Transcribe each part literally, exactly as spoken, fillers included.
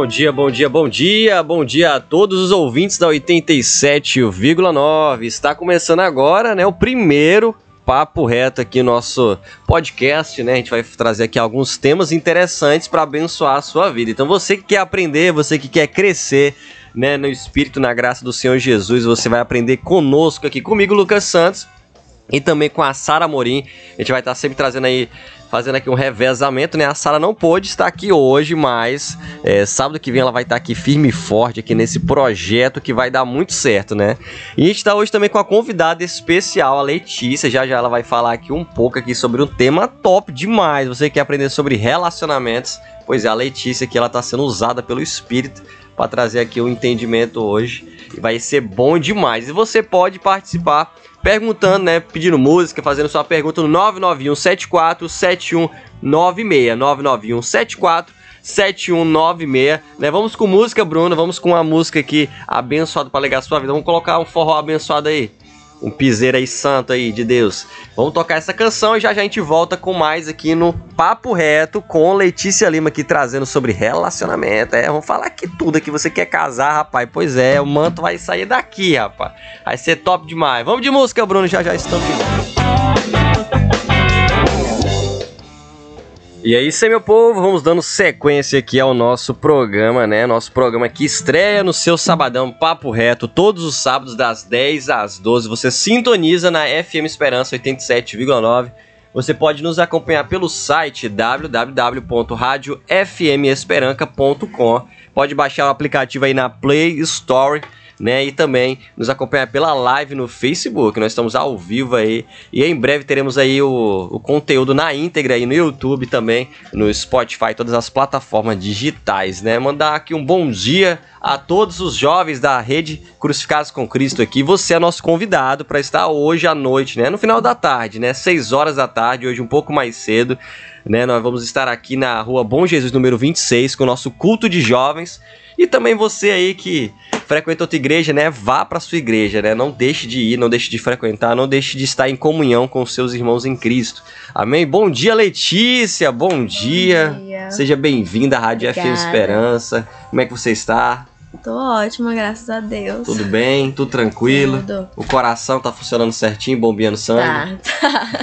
dia, bom dia, bom dia, bom dia a todos os ouvintes da oitenta e sete vírgula nove. Está começando agora, né, o primeiro Papo Reto aqui, nosso podcast, né? A gente vai trazer aqui alguns temas interessantes para abençoar a sua vida. Então você que quer aprender, você que quer crescer, né, no Espírito, na graça do Senhor Jesus, você vai aprender conosco aqui, comigo, Lucas Santos, e também com a Sara Amorim. A gente vai estar sempre trazendo aí, fazendo aqui um revezamento, né? A Sara não pôde estar aqui hoje, mas é, sábado que vem ela vai estar aqui firme e forte aqui nesse projeto que vai dar muito certo, né? E a gente está hoje também com a convidada especial, a Letícia. Já já ela vai falar aqui um pouco aqui sobre um tema top demais. Você quer aprender sobre relacionamentos? Pois é, a Letícia aqui, ela está sendo usada pelo Espírito para trazer aqui o entendimento hoje. E vai ser bom demais. E você pode participar perguntando, né, pedindo música, fazendo sua pergunta no nove nove um sete quatro sete um nove seis, nove nove um sete quatro sete um nove seis, né? Vamos com música, Bruno, vamos com uma música aqui abençoada para alegar a sua vida. Vamos colocar um forró abençoado aí, um piseiro aí santo aí de Deus. Vamos tocar essa canção e já já a gente volta com mais aqui no Papo Reto com Letícia Lima aqui trazendo sobre relacionamento. É, vamos falar aqui tudo aqui. Você quer casar, rapaz? Pois é, o manto vai sair daqui, rapaz. Vai ser top demais. Vamos de música, Bruno, já já estamos aqui. E é isso aí, meu povo, vamos dando sequência aqui ao nosso programa, né? Nosso programa que estreia no seu sabadão, Papo Reto, todos os sábados das dez às doze. Você sintoniza na F M Esperança oitenta e sete vírgula nove. Você pode nos acompanhar pelo site w w w ponto rádio f m esperanca ponto com. Pode baixar o aplicativo aí na Play Store, né? E também nos acompanhar pela live no Facebook. Nós estamos ao vivo aí. E em breve teremos aí o, o conteúdo na íntegra aí no YouTube também, no Spotify, todas as plataformas digitais, né? Mandar aqui um bom dia a todos os jovens da Rede Crucificados com Cristo aqui. Você é nosso convidado para estar hoje à noite, né? No final da tarde, né? seis horas da tarde, hoje um pouco mais cedo, né? Nós vamos estar aqui na Rua Bom Jesus, número vinte e seis, com o nosso culto de jovens. E também você aí que frequenta outra igreja, né? Vá para sua igreja, né? Não deixe de ir, não deixe de frequentar, não deixe de estar em comunhão com seus irmãos em Cristo. Amém? Bom dia, Letícia! Bom dia! Bom dia. Seja bem-vinda à Rádio Obrigada. F M Esperança. Como é que você está? Tô ótima, graças a Deus. Tudo bem? Tudo tranquilo? Tudo. O coração tá funcionando certinho, bombeando sangue? Tá, tá.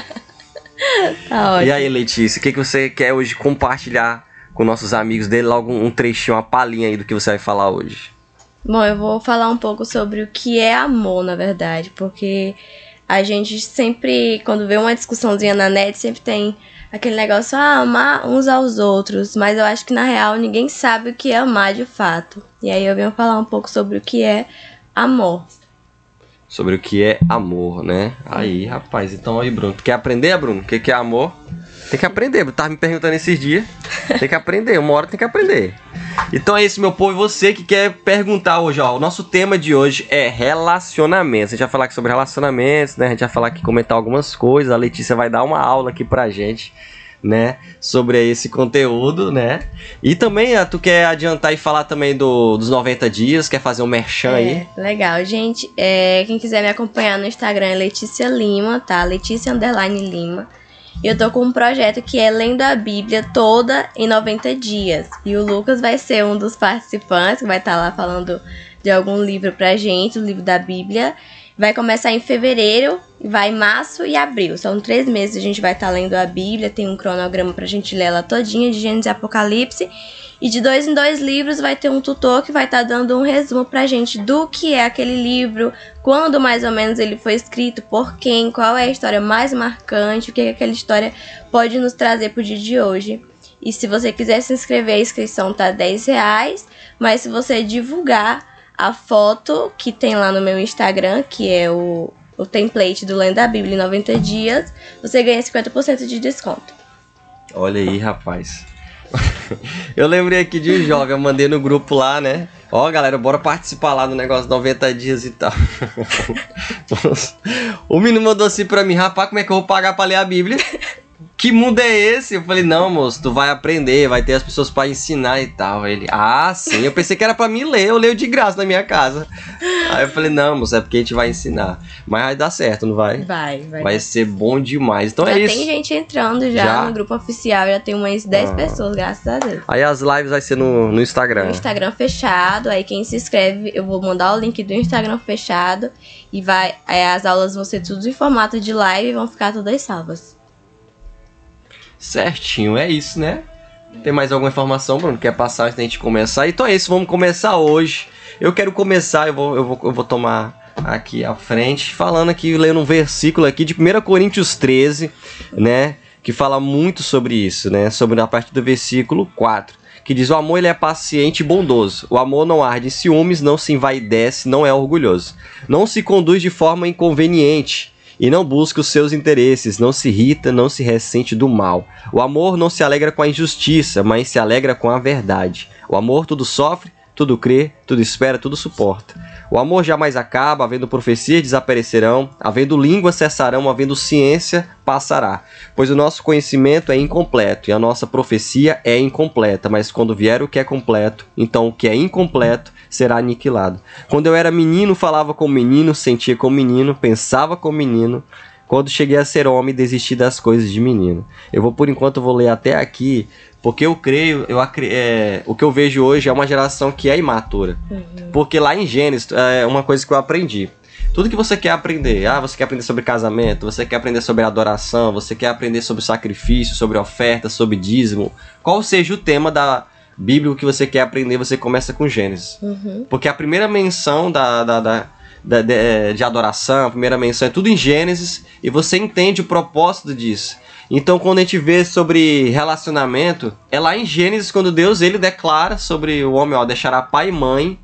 Tá ótimo. E aí, Letícia, o que, que você quer hoje compartilhar com nossos amigos dele? Logo um trechinho, uma palhinha aí do que você vai falar hoje. Bom, eu vou falar um pouco sobre o que é amor, na verdade, porque a gente sempre, quando vê uma discussãozinha na net, sempre tem aquele negócio, ah, amar uns aos outros, mas eu acho que na real ninguém sabe o que é amar de fato. E aí eu venho falar um pouco sobre o que é amor. Sobre o que é amor, né? Aí, rapaz, então aí, Bruno, tu quer aprender, Bruno? O que, que é amor? Tem que aprender, tava me perguntando esses dias. Tem que aprender, uma hora tem que aprender. Então é isso, meu povo, e você que quer perguntar hoje, ó, o nosso tema de hoje é relacionamentos. A gente vai falar aqui sobre relacionamentos, né? A gente vai falar aqui, comentar algumas coisas. A Letícia vai dar uma aula aqui pra gente, né? Sobre esse conteúdo, né? E também, tu quer adiantar e falar também do, dos noventa dias, quer fazer um merchan é, aí? Legal, gente. É, quem quiser me acompanhar no Instagram é Letícia Lima, tá? Letícia Underline Lima. E eu tô com um projeto que é Lendo a Bíblia toda em noventa dias. E o Lucas vai ser um dos participantes, que vai estar lá falando de algum livro pra gente, o livro da Bíblia. Vai começar em fevereiro, vai em março e abril. São três meses a gente vai estar lendo a Bíblia, tem um cronograma pra gente ler ela todinha, de Gênesis e Apocalipse. E de dois em dois livros vai ter um tutor que vai estar dando um resumo pra gente do que é aquele livro, quando mais ou menos ele foi escrito, por quem, qual é a história mais marcante, o que, é que aquela história pode nos trazer pro dia de hoje. E se você quiser se inscrever, a inscrição tá dez reais, mas se você divulgar a foto que tem lá no meu Instagram, que é o, o template do Lendo a Bíblia em noventa dias, você ganha cinquenta por cento de desconto. Olha aí, rapaz. Eu lembrei aqui de um jovem, eu mandei no grupo lá, né? Ó, galera, bora participar lá do negócio noventa dias e tal. O menino mandou assim pra mim, rapaz, como é que eu vou pagar pra ler a Bíblia? que mundo é esse? Eu falei, não, moço, tu vai aprender, vai ter as pessoas pra ensinar e tal. Ele, ah, sim. Eu pensei que era pra mim ler, eu leio de graça na minha casa. Aí eu falei, não, moço, é porque a gente vai ensinar. Mas vai dar certo, não vai? Vai, vai. Vai ser bom demais. Então já é isso. Já tem gente entrando já, já no grupo oficial, já tem umas dez ah. pessoas, graças a Deus. Aí as lives vai ser no, no Instagram. No Instagram fechado, aí quem se inscreve, eu vou mandar o link do Instagram fechado e vai, aí as aulas vão ser tudo em formato de live e vão ficar todas salvas. Certinho, é isso, né? Tem mais alguma informação, Bruno? Quer passar antes da gente começar? Então é isso, vamos começar hoje. Eu quero começar, eu vou, eu vou, eu vou tomar aqui à frente, falando aqui, lendo um versículo aqui de primeira Coríntios treze, né? Que fala muito sobre isso, né? Sobre a partir do versículo quatro. Que diz, o amor ele é paciente e bondoso. O amor não arde em ciúmes, não se envaidece, não é orgulhoso. Não se conduz de forma inconveniente. E não busca os seus interesses, não se irrita, não se ressente do mal. O amor não se alegra com a injustiça, mas se alegra com a verdade. O amor tudo sofre, tudo crê, tudo espera, tudo suporta. O amor jamais acaba, havendo profecias desaparecerão, havendo língua cessarão, havendo ciência passará. Pois o nosso conhecimento é incompleto e a nossa profecia é incompleta, mas quando vier o que é completo, então o que é incompleto será aniquilado. Quando eu era menino, falava como menino, sentia como menino, pensava como menino. Quando cheguei a ser homem, desisti das coisas de menino. Eu vou, por enquanto, eu vou ler até aqui, porque eu creio, eu, é, o que eu vejo hoje é uma geração que é imatura. Uhum. Porque lá em Gênesis, é uma coisa que eu aprendi. Tudo que você quer aprender, ah, você quer aprender sobre casamento, você quer aprender sobre adoração, você quer aprender sobre sacrifício, sobre oferta, sobre dízimo, qual seja o tema da Bíblia que você quer aprender, você começa com Gênesis. Uhum. Porque a primeira menção da, da, da, da, de, de adoração, a primeira menção é tudo em Gênesis, e você entende o propósito disso. Então, quando a gente vê sobre relacionamento, é lá em Gênesis, quando Deus ele declara sobre o homem, ó, deixará pai e mãe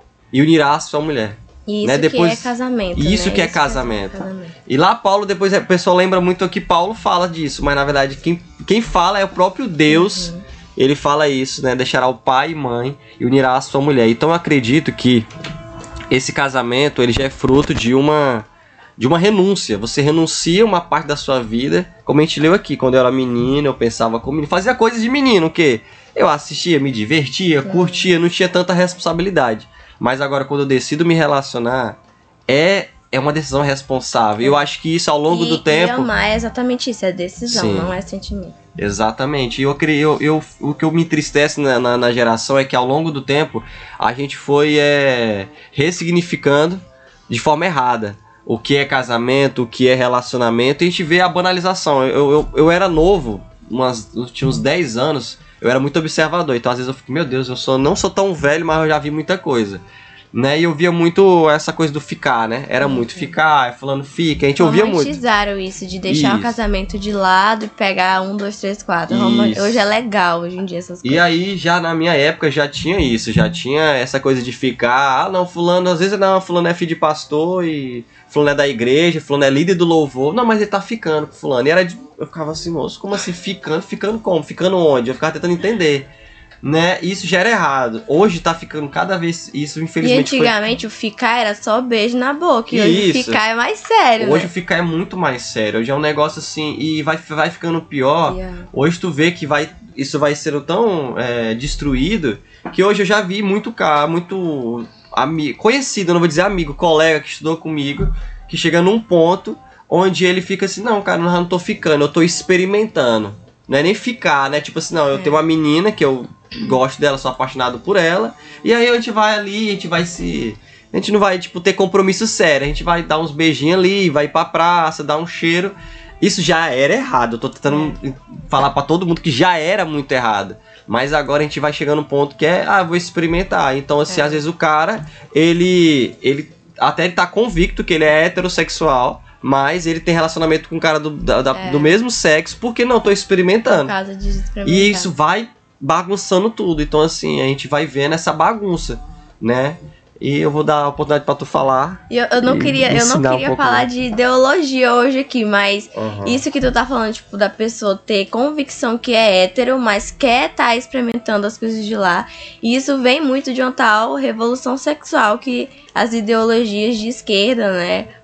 e unirá a sua mulher. Isso né? Depois, que é casamento. Isso né? que é isso casamento. Que é casamento. E lá Paulo, depois o pessoal lembra muito que Paulo fala disso, mas na verdade quem, quem fala é o próprio Deus. Uhum. Ele fala isso, né? Deixará o pai e mãe e unirá a sua mulher. Então eu acredito que esse casamento ele já é fruto de uma, de uma renúncia. Você renuncia uma parte da sua vida, como a gente leu aqui. Quando eu era menino, eu pensava como menino. Fazia coisas de menino, o quê? Eu assistia, me divertia, é. curtia, não tinha tanta responsabilidade. Mas agora quando eu decido me relacionar, é... é uma decisão responsável. Eu acho que isso ao longo e, do tempo... E amar é exatamente isso, é decisão, Sim. não é sentimento. Exatamente. Eu, eu, eu, o que eu me entristece na, na, na geração é que ao longo do tempo a gente foi é, ressignificando de forma errada o que é casamento, o que é relacionamento, e a gente vê a banalização. Eu, eu, eu era novo, umas, eu tinha uns dez anos, eu era muito observador, então às vezes eu fico, meu Deus, eu sou, não sou tão velho, mas eu já vi muita coisa. Né? E eu via muito essa coisa do ficar, né? Era uhum. muito ficar, falando fica, a gente ouvia muito. Romantizaram isso, de deixar isso. o casamento de lado e pegar um, dois, três, quatro. Hoje é legal, hoje em dia, essas coisas. E aí, já na minha época, já tinha isso, já tinha essa coisa de ficar, ah, não, fulano, às vezes não, fulano é filho de pastor e fulano é da igreja, fulano é líder do louvor. Não, mas ele tá ficando com fulano. E era de, eu ficava assim, moço, como assim, ficando? Ficando como? Ficando onde? Eu ficava tentando entender. Né? Isso já era errado. Hoje tá ficando cada vez isso, infelizmente. E antigamente foi... o ficar era só beijo na boca. E hoje isso. o ficar é mais sério. Hoje né? o ficar é muito mais sério. Hoje é um negócio assim. E vai, vai ficando pior. Yeah. Hoje tu vê que vai, isso vai sendo tão é, destruído que hoje eu já vi muito cara, muito amigo, conhecido, não vou dizer amigo, colega que estudou comigo, que chega num ponto onde ele fica assim: não, cara, eu não tô ficando, eu tô experimentando. Não é nem ficar, né? Tipo assim, não, eu é. tenho uma menina que eu gosto dela, sou apaixonado por ela, e aí a gente vai ali, a gente vai se... A gente não vai, tipo, ter compromisso sério, a gente vai dar uns beijinhos ali, vai ir pra praça, dar um cheiro. Isso já era errado, eu tô tentando é. falar pra todo mundo que já era muito errado. Mas agora a gente vai chegando num ponto que é, ah, vou experimentar. Então, assim, é. às vezes o cara, ele, ele até ele tá convicto que ele é heterossexual, mas ele tem relacionamento com um cara do, da, da, é. do mesmo sexo, porque não, tô experimentando. Por causa de experimentar. E isso vai bagunçando tudo. Então, assim, a gente vai vendo essa bagunça, né? E eu vou dar a oportunidade pra tu falar. Eu, eu não queria, eu não queria um falar mais. de ideologia hoje aqui, mas uhum. isso que tu tá falando, tipo, da pessoa ter convicção que é hétero, mas quer tá experimentando as coisas de lá. E isso vem muito de uma tal revolução sexual que as ideologias de esquerda, né,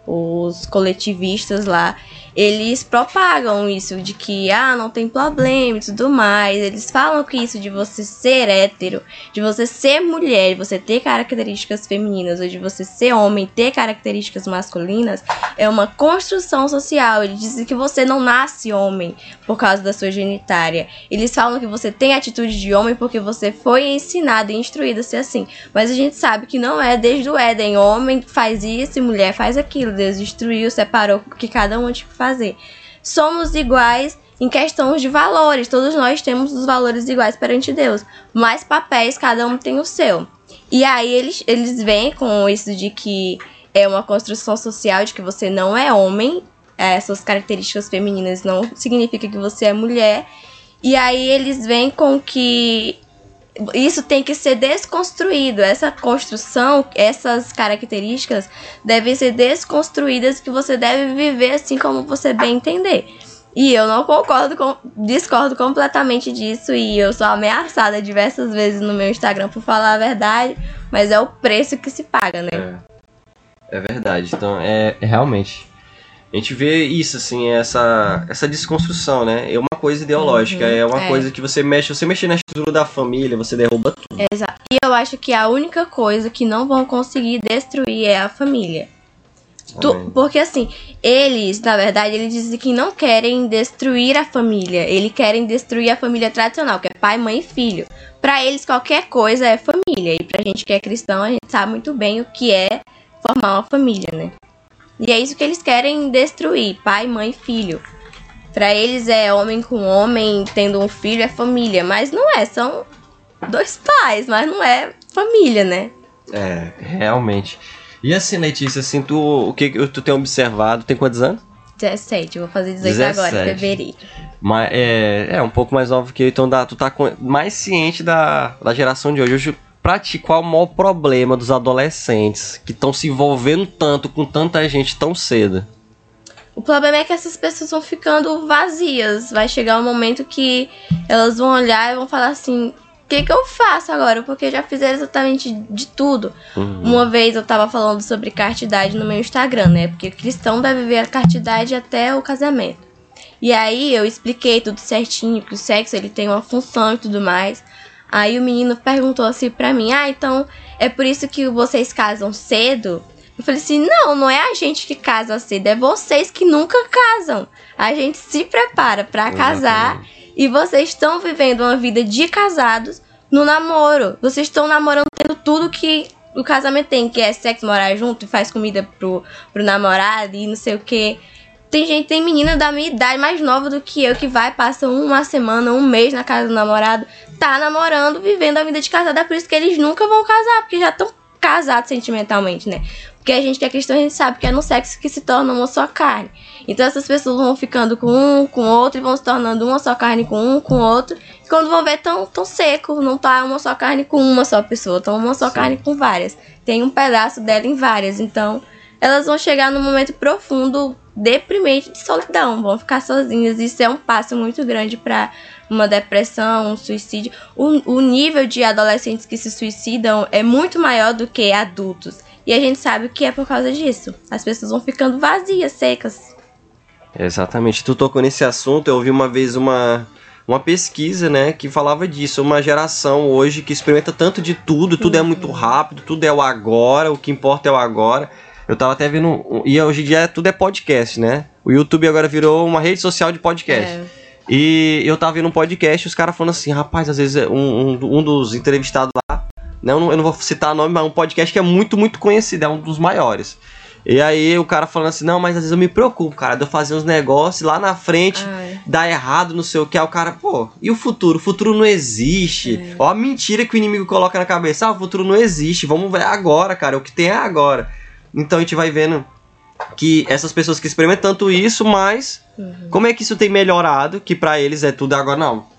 os coletivistas lá, eles propagam isso de que, ah, não tem problema e tudo mais. Eles falam que isso de você ser hétero, de você ser mulher, de você ter características femininas, ou de você ser homem, ter características masculinas, é uma construção social. Eles dizem que você não nasce homem por causa da sua genitária. Eles falam que você tem atitude de homem porque você foi ensinado e instruído a ser assim. Mas a gente sabe que não é desde o Éden. Homem faz isso e mulher faz aquilo. Deus destruiu, separou o que cada um tinha que fazer. Somos iguais em questões de valores. Todos nós temos os valores iguais perante Deus. Mas papéis, cada um tem o seu. E aí eles, eles vêm com isso de que é uma construção social, de que você não é homem. Essas características femininas não significa que você é mulher. E aí eles vêm com que isso tem que ser desconstruído. Essa construção, essas características devem ser desconstruídas, que você deve viver assim como você bem entender. E eu não concordo, com, discordo completamente disso, e eu sou ameaçada diversas vezes no meu Instagram por falar a verdade, mas é o preço que se paga, né? É, é verdade. Então, é, é realmente... A gente vê isso, assim, essa, essa desconstrução, né? É uma coisa ideológica, uhum, é uma é. coisa que você mexe, você mexe na estrutura da família, você derruba tudo. Exato. E eu acho que a única coisa que não vão conseguir destruir é a família. Tu, porque assim, eles, na verdade, eles dizem que não querem destruir a família, eles querem destruir a família tradicional, que é pai, mãe e filho. Pra eles, qualquer coisa é família. E pra gente que é cristão, a gente sabe muito bem o que é formar uma família, né? E é isso que eles querem destruir, pai, mãe e filho. Pra eles é homem com homem, tendo um filho é família. Mas não é, são dois pais, mas não é família, né? É, realmente. E assim, Letícia, assim, tu, o que tu tem observado, tem quantos anos? dezessete, vou fazer dezoito agora, em fevereiro. Mas é, é um pouco mais novo que eu, então dá, tu tá com, mais ciente da, da geração de hoje. Hoje, pra ti, qual é o maior problema dos adolescentes que estão se envolvendo tanto com tanta gente tão cedo? O problema é que essas pessoas vão ficando vazias. Vai chegar um momento que elas vão olhar e vão falar assim: o que que eu faço agora? Porque já fizeram exatamente de tudo. Uhum. Uma vez eu tava falando sobre castidade no meu Instagram, né? Porque cristão deve viver a castidade até o casamento. E aí eu expliquei tudo certinho, que o sexo ele tem uma função e tudo mais. Aí o menino perguntou assim pra mim: ah, então é por isso que vocês casam cedo? Eu falei assim: não, não é a gente que casa cedo, é vocês que nunca casam. A gente se prepara pra casar. Exatamente. E vocês estão vivendo uma vida de casados no namoro. Vocês estão namorando tendo tudo que o casamento tem, que é sexo, morar junto, e faz comida pro, pro namorado e não sei o que. Tem gente, tem menina da minha idade, mais nova do que eu, que vai, passa uma semana, um mês na casa do namorado, tá namorando, vivendo a vida de casado. É por isso que eles nunca vão casar, porque já estão casados sentimentalmente, né? Porque a gente que é cristão, a gente sabe que é no sexo que se torna uma só carne. Então essas pessoas vão ficando com um, com outro, e vão se tornando uma só carne com um, com outro. E quando vão ver, tão, tão seco, não tá uma só carne com uma só pessoa, tão uma só Sim. carne com várias. Tem um pedaço dela em várias. Então elas vão chegar num momento profundo, deprimente de solidão, vão ficar sozinhas. Isso é um passo muito grande para uma depressão, um suicídio. O, o nível de adolescentes que se suicidam é muito maior do que adultos. E a gente sabe o que é por causa disso. As pessoas vão ficando vazias, secas. Exatamente. Tu tocou nesse assunto, eu ouvi uma vez uma, uma pesquisa, né, que falava disso. Uma geração hoje que experimenta tanto de tudo, tudo uhum. é muito rápido, tudo é o agora, o que importa é o agora. Eu tava até vendo, e hoje em dia tudo é podcast, né? O YouTube agora virou uma rede social de podcast. É. E eu tava vendo um podcast e os caras falando assim: rapaz, às vezes um, um, um dos entrevistados lá, né, eu, não, eu não vou citar nome, mas é um podcast que é muito, muito conhecido, é um dos maiores. E aí o cara falando assim: não, mas às vezes eu me preocupo, cara, de eu fazer uns negócios lá na frente, Ai. dar errado, não sei o que. Aí o cara, pô, e o futuro? O futuro não existe. É. Ó a mentira que o inimigo coloca na cabeça: ah, o futuro não existe, vamos ver agora, cara, o que tem é agora. Então a gente vai vendo que essas pessoas que experimentam tanto isso, mas uhum. como é que isso tem melhorado, que pra eles é tudo agora? Não,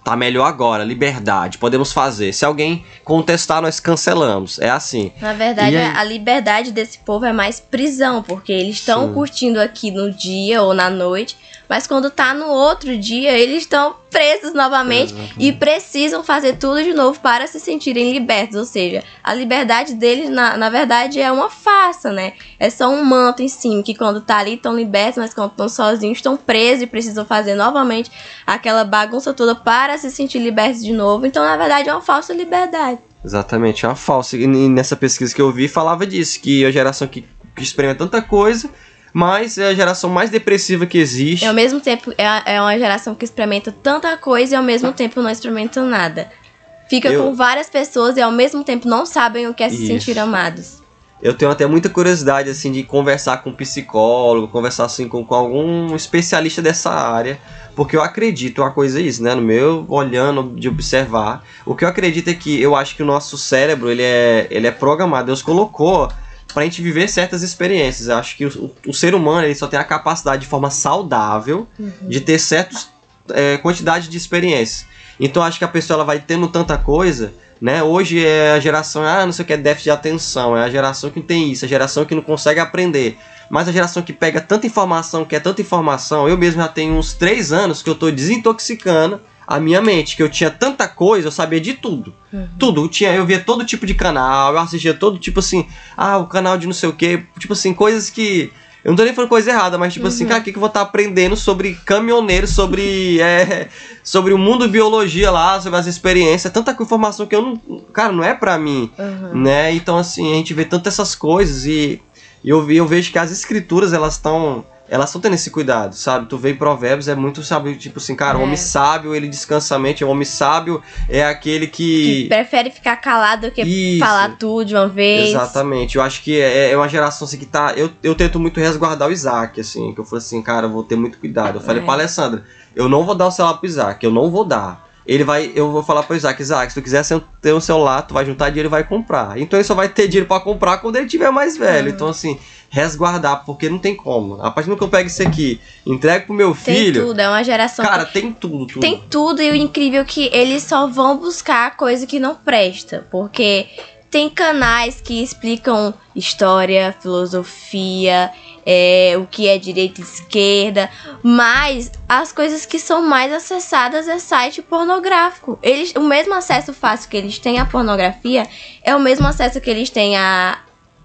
tá melhor agora, liberdade, podemos fazer. Se alguém contestar, nós cancelamos. É assim. Na verdade, aí... a liberdade desse povo é mais prisão, porque eles estão curtindo aqui no dia ou na noite, mas quando tá no outro dia, eles estão presos novamente. Exatamente. E precisam fazer tudo de novo para se sentirem libertos. Ou seja, a liberdade deles, na, na verdade, é uma farsa, né? É só um manto em cima, que quando tá ali estão libertos, mas quando estão sozinhos estão presos e precisam fazer novamente aquela bagunça toda para se sentir libertos de novo. Então, na verdade, é uma falsa liberdade. Exatamente, é uma falsa. E nessa pesquisa que eu vi, falava disso, que a geração que, que experimenta tanta coisa... Mas é a geração mais depressiva que existe. E ao mesmo tempo, é, é uma geração que experimenta tanta coisa e ao mesmo tempo não experimenta nada. Fica eu... com várias pessoas e ao mesmo tempo não sabem o que é se Isso. sentir amados. Eu tenho até muita curiosidade, assim, de conversar com um psicólogo, conversar, assim, com, com algum especialista dessa área. Porque eu acredito, uma coisa é isso, né? No meu, olhando, de observar. O que eu acredito é que eu acho que o nosso cérebro, ele é, ele é programado. Deus colocou... pra gente viver certas experiências. Eu acho que o, o ser humano ele só tem a capacidade de forma saudável uhum. de ter certas é, quantidades de experiências. Então acho que a pessoa ela vai tendo tanta coisa, né? Hoje é a geração, ah, não sei o que é déficit de atenção, é a geração que tem isso, a geração que não consegue aprender. Mas a geração que pega tanta informação, que é tanta informação, eu mesmo já tenho uns três anos que eu tô desintoxicando a minha mente, que eu tinha tanta coisa, eu sabia de tudo. Uhum. Tudo, eu, tinha, eu via todo tipo de canal, eu assistia todo tipo assim, ah, o canal de não sei o que, tipo assim, coisas que... Eu não tô nem falando coisa errada, mas tipo uhum. assim, cara, o que, que eu vou estar aprendendo sobre caminhoneiros, sobre, é, sobre o mundo biologia lá, sobre as experiências, tanta informação que eu não... Cara, não é pra mim, uhum. né? Então assim, a gente vê tantas essas coisas e, e eu, eu vejo que as escrituras, elas estão... Elas estão tendo esse cuidado, sabe? Tu vê em Provérbios, é muito, sabe? Tipo assim, cara, é. o homem sábio, ele descansa a mente. O homem sábio é aquele que... que prefere ficar calado do que Isso. falar tudo de uma vez. Exatamente. Eu acho que é, é uma geração assim que tá... Eu, eu tento muito resguardar o Isaac, assim. Que eu falei assim, cara, eu vou ter muito cuidado. Eu falei é. pra Alessandra, eu não vou dar o celular pro Isaac. Eu não vou dar. Ele vai... Eu vou falar pro Isaac, Isaac, se tu quiser ter um celular, tu vai juntar dinheiro e vai comprar. Então ele só vai ter dinheiro pra comprar quando ele tiver mais velho. Uhum. Então assim... resguardar, porque não tem como. A partir do que eu pego isso aqui, entrego pro meu filho... Tem tudo, é uma geração... Cara, que... tem tudo, tudo. Tem tudo, e o incrível é que eles só vão buscar coisa que não presta, porque tem canais que explicam história, filosofia, é, o que é direita e esquerda, mas as coisas que são mais acessadas é site pornográfico. Eles, o mesmo acesso fácil que eles têm à pornografia é o mesmo acesso que eles têm a...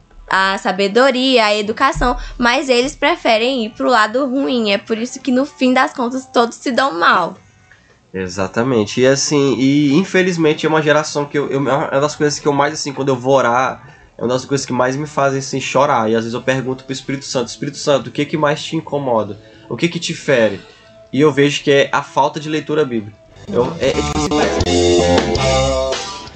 a sabedoria, a educação, mas eles preferem ir pro lado ruim. É por isso que no fim das contas todos se dão mal. Exatamente. E assim, e infelizmente é uma geração que eu, eu, é uma das coisas que eu mais, assim, quando eu vou orar, é uma das coisas que mais me fazem, assim, chorar. E às vezes eu pergunto pro Espírito Santo, Espírito Santo, o que que mais te incomoda? O que que te fere? E eu vejo que é a falta de leitura bíblica. Eu, é, é tipo assim,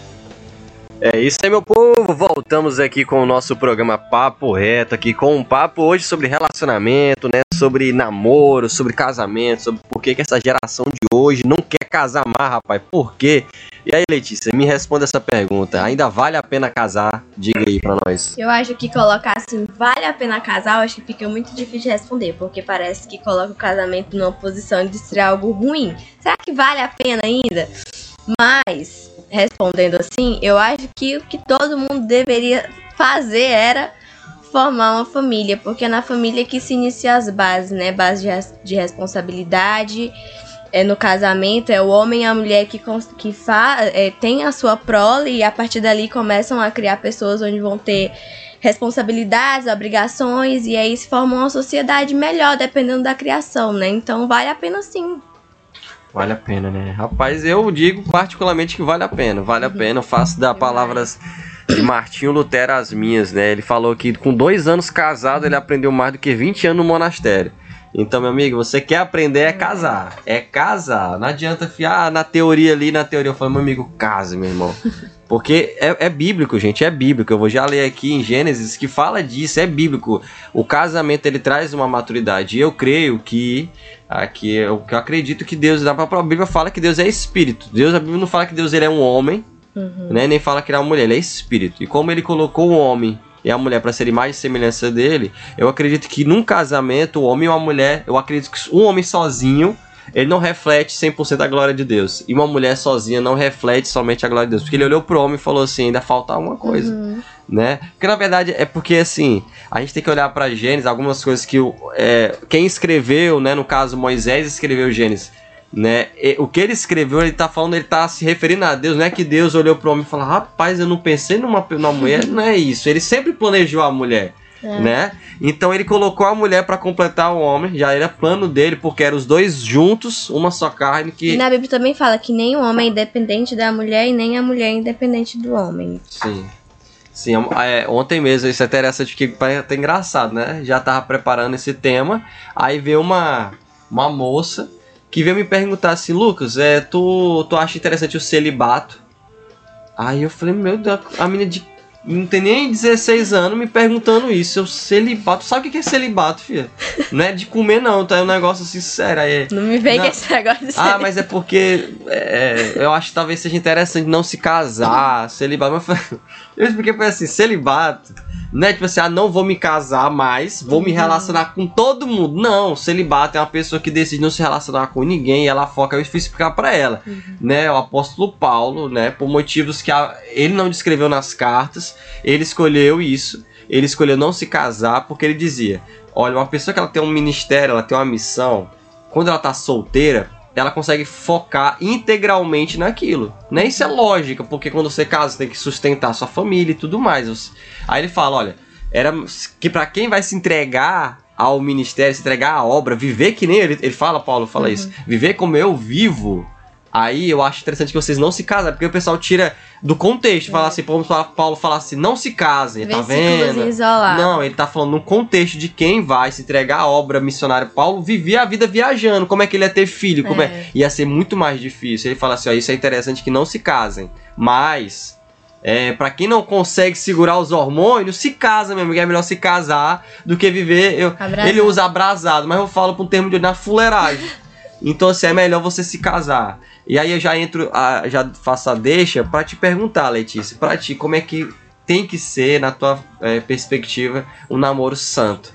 É isso aí, meu povo, voltamos aqui com o nosso programa Papo Reto, aqui com um papo hoje sobre relacionamento, né, sobre namoro, sobre casamento, sobre por que que essa geração de hoje não quer casar mais, rapaz, por quê? E aí, Letícia, me responda essa pergunta, ainda vale a pena casar? Diga aí pra nós. Eu acho que colocar assim, vale a pena casar, eu acho que fica muito difícil de responder, porque parece que coloca o casamento numa posição de ser algo ruim. Será que vale a pena ainda? Mas... respondendo assim, eu acho que o que todo mundo deveria fazer era formar uma família, porque é na família que se inicia as bases, né? Base de, de responsabilidade, é, no casamento é o homem e a mulher que, que fa, é, tem a sua prole e a partir dali começam a criar pessoas onde vão ter responsabilidades, obrigações e aí se forma uma sociedade melhor dependendo da criação, né? Então vale a pena sim. Vale a pena, né? Rapaz, eu digo particularmente que vale a pena. Vale a pena. Eu faço das palavras de Martinho Lutero as minhas, né? Ele falou que com dois anos casado ele aprendeu mais do que vinte anos no monastério. Então, meu amigo, você quer aprender é casar. É casar. Não adianta fiar na teoria ali, na teoria. Eu falo, meu amigo, case, meu irmão. Porque é, é bíblico, gente, é bíblico. Eu vou já ler aqui em Gênesis que fala disso, é bíblico. O casamento, ele traz uma maturidade. E eu creio que, aqui, eu, que eu acredito que Deus, a própria Bíblia fala que Deus é espírito. Deus, a Bíblia não fala que Deus ele é um homem, uhum. né, nem fala que ele é uma mulher, ele é espírito. E como ele colocou o homem e a mulher para serem mais de semelhança dele, eu acredito que num casamento, o homem e uma mulher, eu acredito que um homem sozinho ele não reflete cem por cento a glória de Deus. E uma mulher sozinha não reflete somente a glória de Deus. Porque ele olhou pro homem e falou assim, ainda falta uma coisa, uhum. né? Porque na verdade é porque assim, a gente tem que olhar pra Gênesis, algumas coisas que é, quem escreveu, né, no caso Moisés escreveu Gênesis, né? E, o que ele escreveu, ele tá falando, ele tá se referindo a Deus, não é que Deus olhou pro homem e falou, rapaz, eu não pensei numa, numa mulher, não é isso. Ele sempre planejou a mulher. É. Né? Então ele colocou a mulher para completar o homem, já era plano dele, porque eram os dois juntos, uma só carne que... E na Bíblia também fala que nem o homem é independente da mulher e nem a mulher é independente do homem. Sim. Sim, é, ontem mesmo, isso é interessante, que parece até engraçado, né? Já tava preparando esse tema, aí veio uma, uma moça que veio me perguntar assim, Lucas, é, tu, tu acha interessante o celibato? Aí eu falei, meu Deus, a menina de... não tem nem dezesseis anos me perguntando isso. Eu celibato. Sabe o que é celibato, filha? Não é de comer, não. Tá? É um negócio assim, sério. Aí, não me vem com esse negócio de Ah, mas é porque é, eu acho que talvez seja interessante não se casar, celibato. Mas eu expliquei pra assim, celibato. Não é tipo assim, ah, não vou me casar mais, vou uhum. me relacionar com todo mundo. Não, celibato é uma pessoa que decide não se relacionar com ninguém e ela foca, eu fiz explicar pra ela. Uhum. Né, o apóstolo Paulo, né, por motivos que a, ele não descreveu nas cartas, ele escolheu isso, ele escolheu não se casar porque ele dizia, olha, uma pessoa que ela tem um ministério, ela tem uma missão, quando ela tá solteira, ela consegue focar integralmente naquilo, né? Isso é lógica, porque quando você casa, você tem que sustentar sua família e tudo mais. Aí ele fala, olha, era que para quem vai se entregar ao ministério, se entregar à obra, viver que nem ele, ele fala, Paulo fala uhum. isso, viver como eu vivo. Aí eu acho interessante que vocês não se casem, porque o pessoal tira do contexto, é. fala assim, como Paulo fala assim, não se casem, tá vendo? Isolado. Não, ele tá falando no contexto de quem vai se entregar à obra missionária. Paulo vivia a vida viajando, como é que ele ia ter filho? Como é. É? Ia ser muito mais difícil. Ele fala assim, ó, isso é interessante que não se casem, mas... É, pra quem não consegue segurar os hormônios, se casa mesmo, é melhor se casar do que viver... Eu, ele usa abrasado, mas eu falo por um termo de na fuleiragem. Então, assim, é melhor você se casar. E aí eu já entro, a, já faço a deixa pra te perguntar, Letícia, pra ti, como é que tem que ser, na tua é, perspectiva, um namoro santo?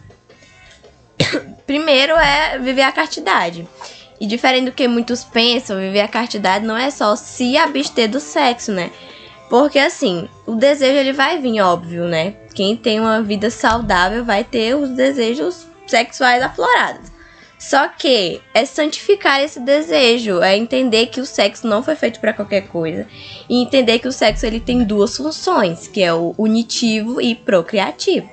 Primeiro é viver a castidade. E diferente do que muitos pensam, viver a castidade não é só se abster do sexo, né? Porque assim, o desejo ele vai vir, óbvio, né? Quem tem uma vida saudável vai ter os desejos sexuais aflorados. Só que é santificar esse desejo, é entender que o sexo não foi feito para qualquer coisa. E entender que o sexo ele tem duas funções, que é o unitivo e procriativo.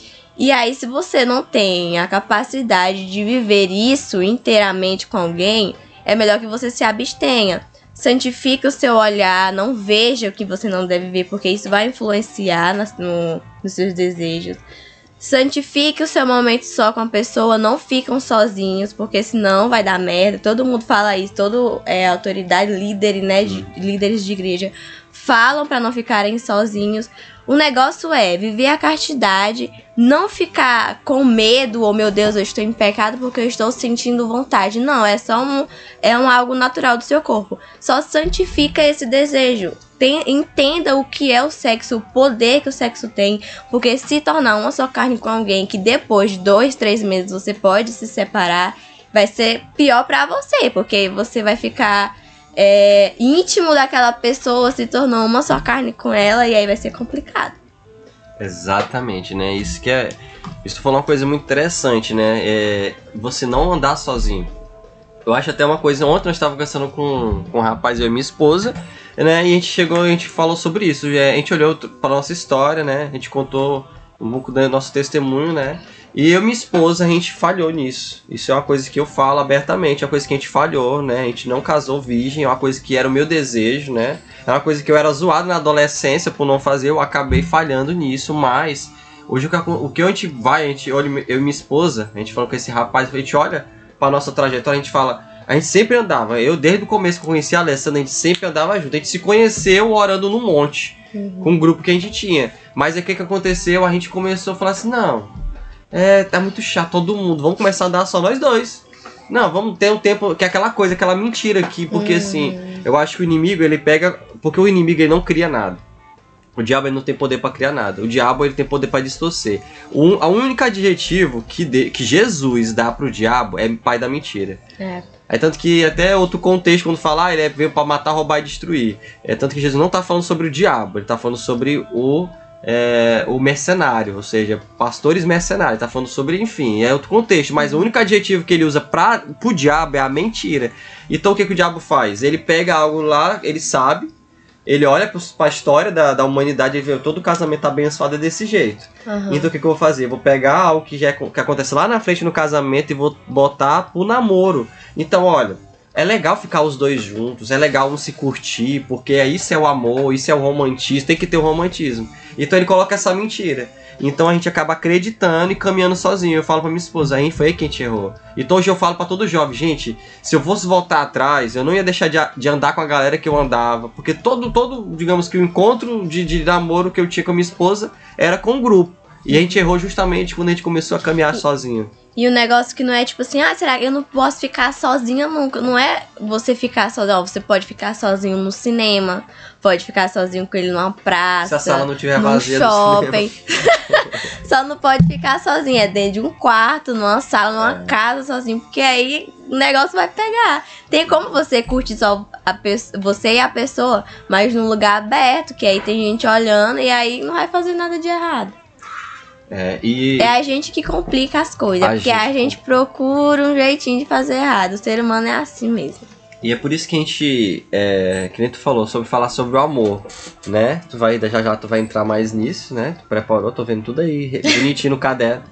E aí, se você não tem a capacidade de viver isso inteiramente com alguém, é melhor que você se abstenha. Santifique o seu olhar, não veja o que você não deve ver, porque isso vai influenciar nas, no, nos seus desejos. Santifique o seu momento só com a pessoa, não ficam sozinhos, porque senão vai dar merda. Todo mundo fala isso, todo é, autoridade, líder, né, de, líderes de igreja falam para não ficarem sozinhos. O negócio é viver a castidade, não ficar com medo, oh meu Deus, eu estou em pecado porque eu estou sentindo vontade. Não, é só um, é um algo natural do seu corpo. Só santifica esse desejo. Tem, entenda o que é o sexo, o poder que o sexo tem, porque se tornar uma só carne com alguém que depois de dois, três meses você pode se separar, vai ser pior pra você, porque você vai ficar é, íntimo daquela pessoa, se tornou uma só carne com ela e aí vai ser complicado. Exatamente, né? Isso que é. Isso foi uma coisa muito interessante, né? É, você não andar sozinho. Eu acho até uma coisa. Ontem nós estávamos conversando com, com um rapaz, eu e minha esposa, né? E a gente chegou, a gente falou sobre isso. A gente olhou para nossa história, né? A gente contou um pouco do nosso testemunho, né? E eu e minha esposa, a gente falhou nisso. Isso é uma coisa que eu falo abertamente, é uma coisa que a gente falhou, né? A gente não casou virgem, é uma coisa que era o meu desejo, né? É uma coisa que eu era zoado na adolescência por não fazer, eu acabei falhando nisso, mas hoje o que a gente vai, a gente olha, eu e minha esposa, a gente falou com esse rapaz, a gente olha pra nossa trajetória, a gente fala, a gente sempre andava, eu desde o começo que conheci a Alessandra, a gente sempre andava junto, a gente se conheceu orando no monte, uhum. com o grupo que a gente tinha, mas aí o que que aconteceu, a gente começou a falar assim, não, é, tá muito chato todo mundo, vamos começar a andar só nós dois. Não, vamos ter um tempo, que é aquela coisa, aquela mentira aqui, porque hum. assim, eu acho que o inimigo, ele pega, porque o inimigo, ele não cria nada. O diabo, ele não tem poder pra criar nada. O diabo, ele tem poder pra distorcer. O a única adjetivo que, de, que Jesus dá pro diabo é pai da mentira. É. É tanto que até outro contexto, quando fala, ah, ele veio pra matar, roubar e destruir. É tanto que Jesus não tá falando sobre o diabo, ele tá falando sobre o, é, o mercenário, ou seja, pastores mercenários. Ele tá falando sobre, enfim, é outro contexto. Mas o único adjetivo que ele usa pra, pro diabo é a mentira. Então o que, que o diabo faz? Ele pega algo lá, ele sabe, ele olha para a história da, da humanidade e vê todo o casamento abençoado desse jeito. Uhum. Então o que, que eu vou fazer? Eu vou pegar algo que, já é, que acontece lá na frente no casamento e vou botar pro namoro. Então, olha, é legal ficar os dois juntos, é legal um se curtir, porque isso é o amor, isso é o romantismo, tem que ter o romantismo. Então ele coloca essa mentira. Então a gente acaba acreditando e caminhando sozinho. Eu falo pra minha esposa, aí foi aí que a gente errou. Então hoje eu falo pra todo jovem, gente, se eu fosse voltar atrás, eu não ia deixar de, de andar com a galera que eu andava. Porque todo, todo digamos que o encontro de, de namoro que eu tinha com a minha esposa era com o grupo. E a gente errou justamente quando a gente começou a caminhar sozinho. E o negócio que não é tipo assim, ah, será que eu não posso ficar sozinha nunca? Não é você ficar sozinho, ó, você pode ficar sozinho no cinema, pode ficar sozinho com ele numa praça, se a sala não tiver num vazia shopping. Só não pode ficar sozinho, é dentro de um quarto, numa sala, numa é. casa sozinho, porque aí o negócio vai pegar. Tem como você curtir só a pe- você e a pessoa, mas num lugar aberto, que aí tem gente olhando e aí não vai fazer nada de errado. É, e... é a gente que complica as coisas, a porque gente... a gente procura um jeitinho de fazer errado. O ser humano é assim mesmo. E é por isso que a gente, é, que nem tu falou, sobre falar sobre o amor, né? Tu vai, já já tu vai entrar mais nisso, né? Tu preparou, tô vendo tudo aí, bonitinho no caderno.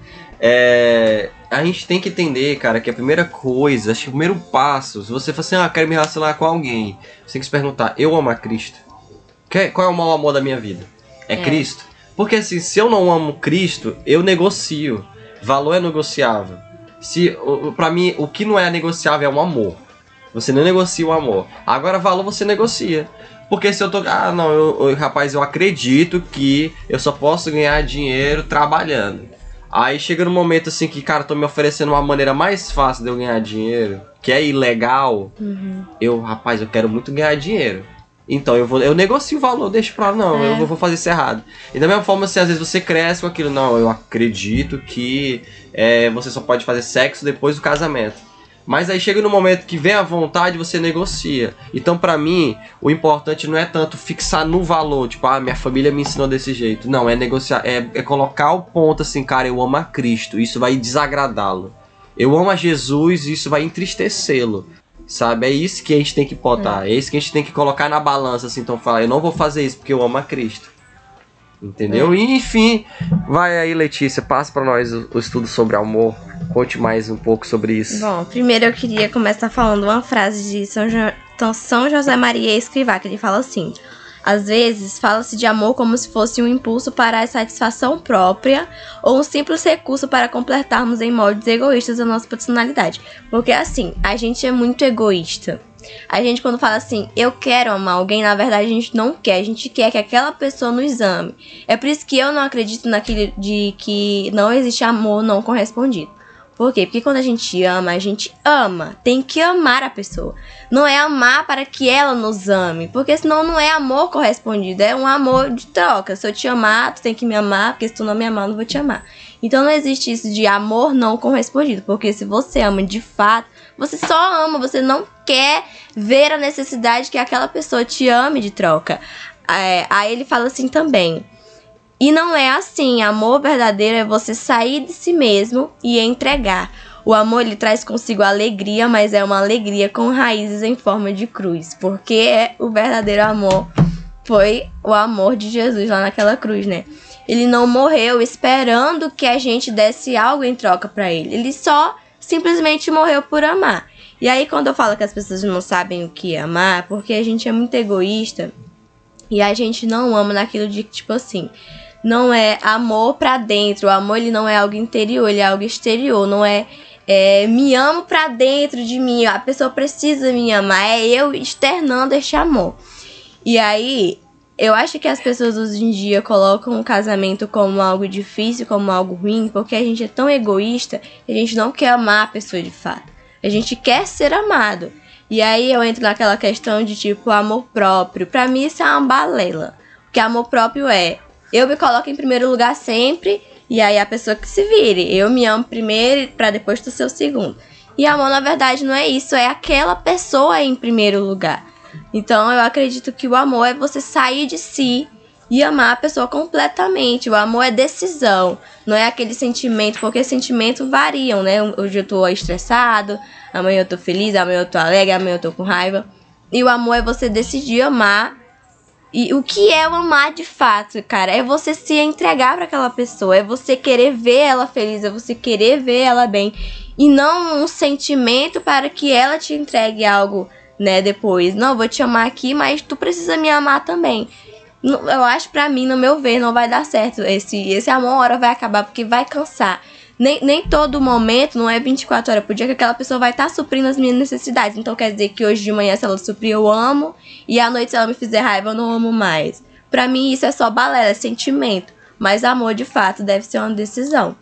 É, a gente tem que entender, cara, que a primeira coisa, acho que o primeiro passo, se você fala assim, ah, quero me relacionar com alguém, você tem que se perguntar, eu amo a Cristo? Qual é o maior amor da minha vida? É, é. Cristo? Porque assim, se eu não amo Cristo, eu negocio. Valor é negociável. Se, pra mim, o que não é negociável é o amor. Você não negocia o amor. Agora, valor você negocia. Porque se eu tô... Ah, não, eu, eu, rapaz, eu acredito que eu só posso ganhar dinheiro trabalhando. Aí chega no momento assim que, cara, tô me oferecendo uma maneira mais fácil de eu ganhar dinheiro, que é ilegal. Uhum. Eu, rapaz, eu quero muito ganhar dinheiro. Então, eu, vou, eu negocio o valor, deixo pra lá, não, é. eu vou fazer isso errado. E da mesma forma, assim, às vezes você cresce com aquilo, não, eu acredito que é, você só pode fazer sexo depois do casamento. Mas aí chega no momento que vem a vontade, você negocia. Então, pra mim, o importante não é tanto fixar no valor, tipo, ah, minha família me ensinou desse jeito. Não, é negociar, é, é colocar o ponto assim, cara, eu amo a Cristo, isso vai desagradá-lo. Eu amo a Jesus, isso vai entristecê-lo. Sabe, é isso que a gente tem que botar, é. é isso que a gente tem que colocar na balança, assim, então falar, eu não vou fazer isso porque eu amo a Cristo. Entendeu? É. E enfim, vai aí, Letícia, passa pra nós o, o estudo sobre amor, conte mais um pouco sobre isso. Bom, primeiro eu queria começar falando uma frase de São, jo- São José Maria Escrivá, que ele fala assim: às vezes, fala-se de amor como se fosse um impulso para a satisfação própria ou um simples recurso para completarmos em moldes egoístas a nossa personalidade. Porque, assim, a gente é muito egoísta. A gente, quando fala assim, eu quero amar alguém, na verdade a gente não quer. A gente quer que aquela pessoa nos ame. É por isso que eu não acredito naquilo de que não existe amor não correspondido. Por quê? Porque quando a gente ama, a gente ama. Tem que amar a pessoa. Não é amar para que ela nos ame. Porque senão não é amor correspondido. É um amor de troca. Se eu te amar, tu tem que me amar. Porque se tu não me amar, eu não vou te amar. Então não existe isso de amor não correspondido. Porque se você ama de fato, você só ama. Você não quer ver a necessidade que aquela pessoa te ame de troca. É, aí ele fala assim também: e não é assim, amor verdadeiro é você sair de si mesmo e entregar. O amor, ele traz consigo alegria, mas é uma alegria com raízes em forma de cruz. Porque é o verdadeiro amor foi o amor de Jesus lá naquela cruz, né? Ele não morreu esperando que a gente desse algo em troca pra ele. Ele só simplesmente morreu por amar. E aí, quando eu falo que as pessoas não sabem o que é amar, porque a gente é muito egoísta e a gente não ama naquilo de, tipo assim... Não é amor pra dentro. O amor, ele não é algo interior, ele é algo exterior. Não é, é me amo pra dentro de mim. A pessoa precisa me amar. É eu externando este amor. E aí, eu acho que as pessoas hoje em dia colocam o casamento como algo difícil, como algo ruim, porque a gente é tão egoísta que a gente não quer amar a pessoa de fato. A gente quer ser amado. E aí eu entro naquela questão de tipo amor próprio. Pra mim isso é uma balela. Porque amor próprio é... eu me coloco em primeiro lugar sempre, e aí a pessoa que se vire. Eu me amo primeiro, pra depois tu ser o segundo. E amor, na verdade, não é isso, é aquela pessoa em primeiro lugar. Então, eu acredito que o amor é você sair de si e amar a pessoa completamente. O amor é decisão, não é aquele sentimento, porque sentimentos variam, né? Hoje eu tô estressado, amanhã eu tô feliz, amanhã eu tô alegre, amanhã eu tô com raiva. E o amor é você decidir amar. E o que é o amar de fato, cara? É você se entregar pra aquela pessoa, é você querer ver ela feliz, é você querer ver ela bem. E não um sentimento para que ela te entregue algo, né, depois. Não, vou te amar aqui, mas tu precisa me amar também. Eu acho, pra mim, no meu ver, não vai dar certo. Esse, esse amor, uma hora vai acabar, porque vai cansar. Nem, nem todo momento, não é vinte e quatro horas por dia que aquela pessoa vai estar tá suprindo as minhas necessidades. Então quer dizer que hoje de manhã, se ela suprir, eu amo. E à noite, se ela me fizer raiva, eu não amo mais. Pra mim, isso é só balela, é sentimento. Mas amor, de fato, deve ser uma decisão.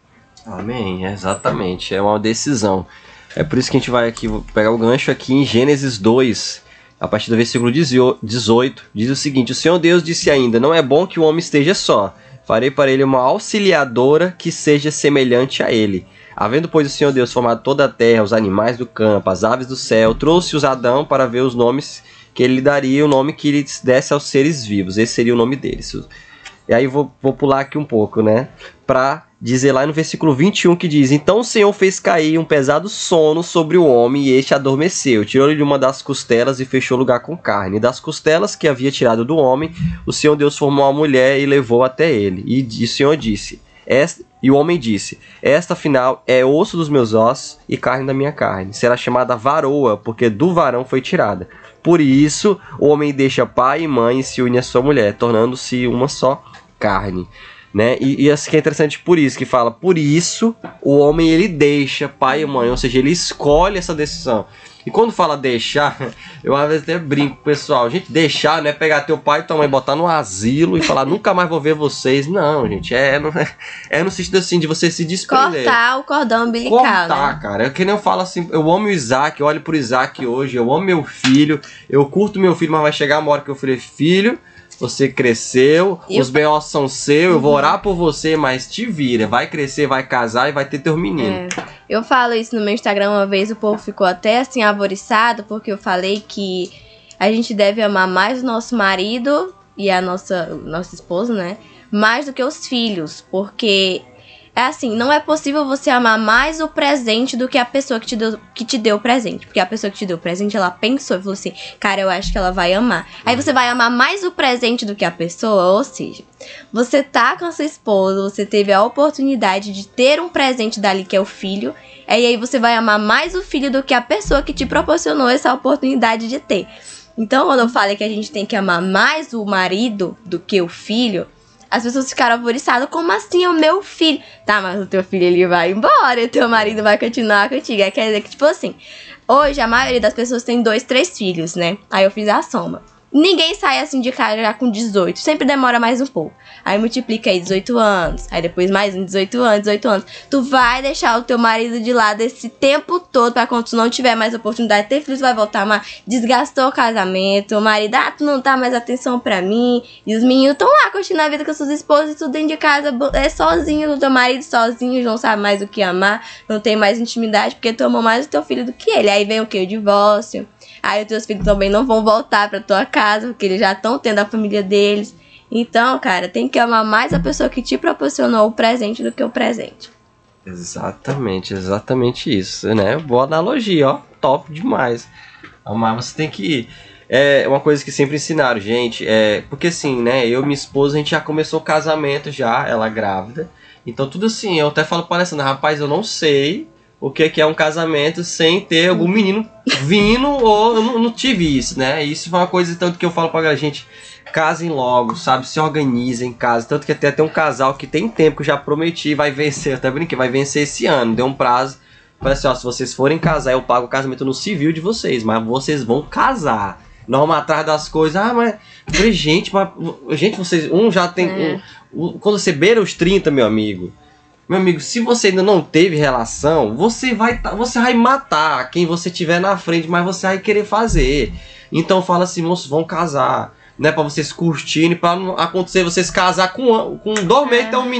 Amém, exatamente. É uma decisão. É por isso que a gente vai aqui, vou pegar o gancho aqui em Gênesis dois, a partir do versículo dezoito, diz o seguinte: o Senhor Deus disse ainda, não é bom que o homem esteja só. Farei para ele uma auxiliadora que seja semelhante a ele. Havendo, pois, o Senhor Deus formado toda a terra, os animais do campo, as aves do céu, trouxe-os a Adão para ver os nomes que ele lhe daria, o nome que ele desse aos seres vivos. Esse seria o nome deles. E aí vou, vou pular aqui um pouco, né? Para dizer lá no versículo vinte e um que diz: então o Senhor fez cair um pesado sono sobre o homem e este adormeceu. Tirou-lhe de uma das costelas e fechou o lugar com carne. E das costelas que havia tirado do homem, o Senhor Deus formou uma mulher e levou até ele. E o Senhor disse... Esta, e o homem disse: esta afinal é osso dos meus ossos e carne da minha carne. Será chamada varoa, porque do varão foi tirada. Por isso o homem deixa pai e mãe e se une à sua mulher, tornando-se uma só carne. Né? E, e assim que é interessante por isso, que fala, por isso o homem ele deixa pai e mãe, ou seja, ele escolhe essa decisão. E quando fala deixar, eu às vezes até brinco, pessoal, gente, deixar não é pegar teu pai e tua mãe, botar no asilo e falar, nunca mais vou ver vocês. Não, gente, é no, é no sentido assim, de você se desprender. Cortar o cordão umbilical, Cortar, né? cara, é que nem eu falo assim, eu amo o Isaac, eu olho pro Isaac hoje, eu amo meu filho, eu curto meu filho, mas vai chegar uma hora que eu falei, filho... Você cresceu, eu... os B O são seus, uhum. Eu vou orar por você, mas te vira. Vai crescer, vai casar e vai ter teus meninos. É. Eu falo isso no meu Instagram uma vez, o povo ficou até assim avoriçado, porque eu falei que a gente deve amar mais o nosso marido e a nossa, nossa esposa, né? Mais do que os filhos, porque... É assim, não é possível você amar mais o presente do que a pessoa que te deu, que te deu o presente. Porque a pessoa que te deu o presente, ela pensou e falou assim, cara, eu acho que ela vai amar. Aí você vai amar mais o presente do que a pessoa, ou seja, você tá com a sua esposa, você teve a oportunidade de ter um presente dali que é o filho, e aí você vai amar mais o filho do que a pessoa que te proporcionou essa oportunidade de ter. Então, quando eu falo que a gente tem que amar mais o marido do que o filho... As pessoas ficaram alvoriçadas, como assim é o meu filho? Tá, mas o teu filho ele vai embora, o teu marido vai continuar contigo. É, quer dizer que, tipo assim, hoje a maioria das pessoas tem dois, três filhos, né? Aí eu fiz a soma. Ninguém sai assim de cara já com dezoito, sempre demora mais um pouco. Aí multiplica aí dezoito anos, aí depois mais um dezoito anos, dezoito anos. Tu vai deixar o teu marido de lado esse tempo todo pra quando tu não tiver mais oportunidade de ter filhos, vai voltar, mas desgastou o casamento, o marido, ah, tu não dá mais atenção pra mim. E os meninos estão lá curtindo a vida com suas esposas e tudo dentro de casa, é sozinho, o teu marido sozinho, não sabe mais o que amar, não tem mais intimidade, porque tu amou mais o teu filho do que ele. Aí vem o que? O divórcio. Aí os teus filhos também não vão voltar pra tua casa, porque eles já estão tendo a família deles. Então, cara, tem que amar mais a pessoa que te proporcionou o presente do que o presente. Exatamente, exatamente isso, né? Boa analogia, ó, top demais. Amar, você tem que... É uma coisa que sempre ensinaram, gente, é... Porque assim, né, eu e minha esposa, a gente já começou o casamento já, ela grávida. Então tudo assim, eu até falo para ela, rapaz, eu não sei... O que é um casamento sem ter algum menino vindo, ou eu não, não tive isso, né? Isso foi uma coisa tanto que eu falo pra gente, casem logo, sabe? Se organizem em casa. Tanto que até tem um casal que tem tempo que eu já prometi, vai vencer, eu até brinquei, vai vencer esse ano. Deu um prazo, falei assim, ó, se vocês forem casar, eu pago o casamento no civil de vocês, mas vocês vão casar. Não vamos atrás das coisas, ah, mas... Falei, gente, mas... Gente, vocês... Um já tem... É. Um, quando você beira os trinta, meu amigo... Meu amigo, se você ainda não teve relação, você vai, você vai matar quem você tiver na frente, mas você vai querer fazer. Então fala assim, moços, vão casar, né? Pra vocês curtirem, pra não acontecer vocês casar com, com dois meses até um menino.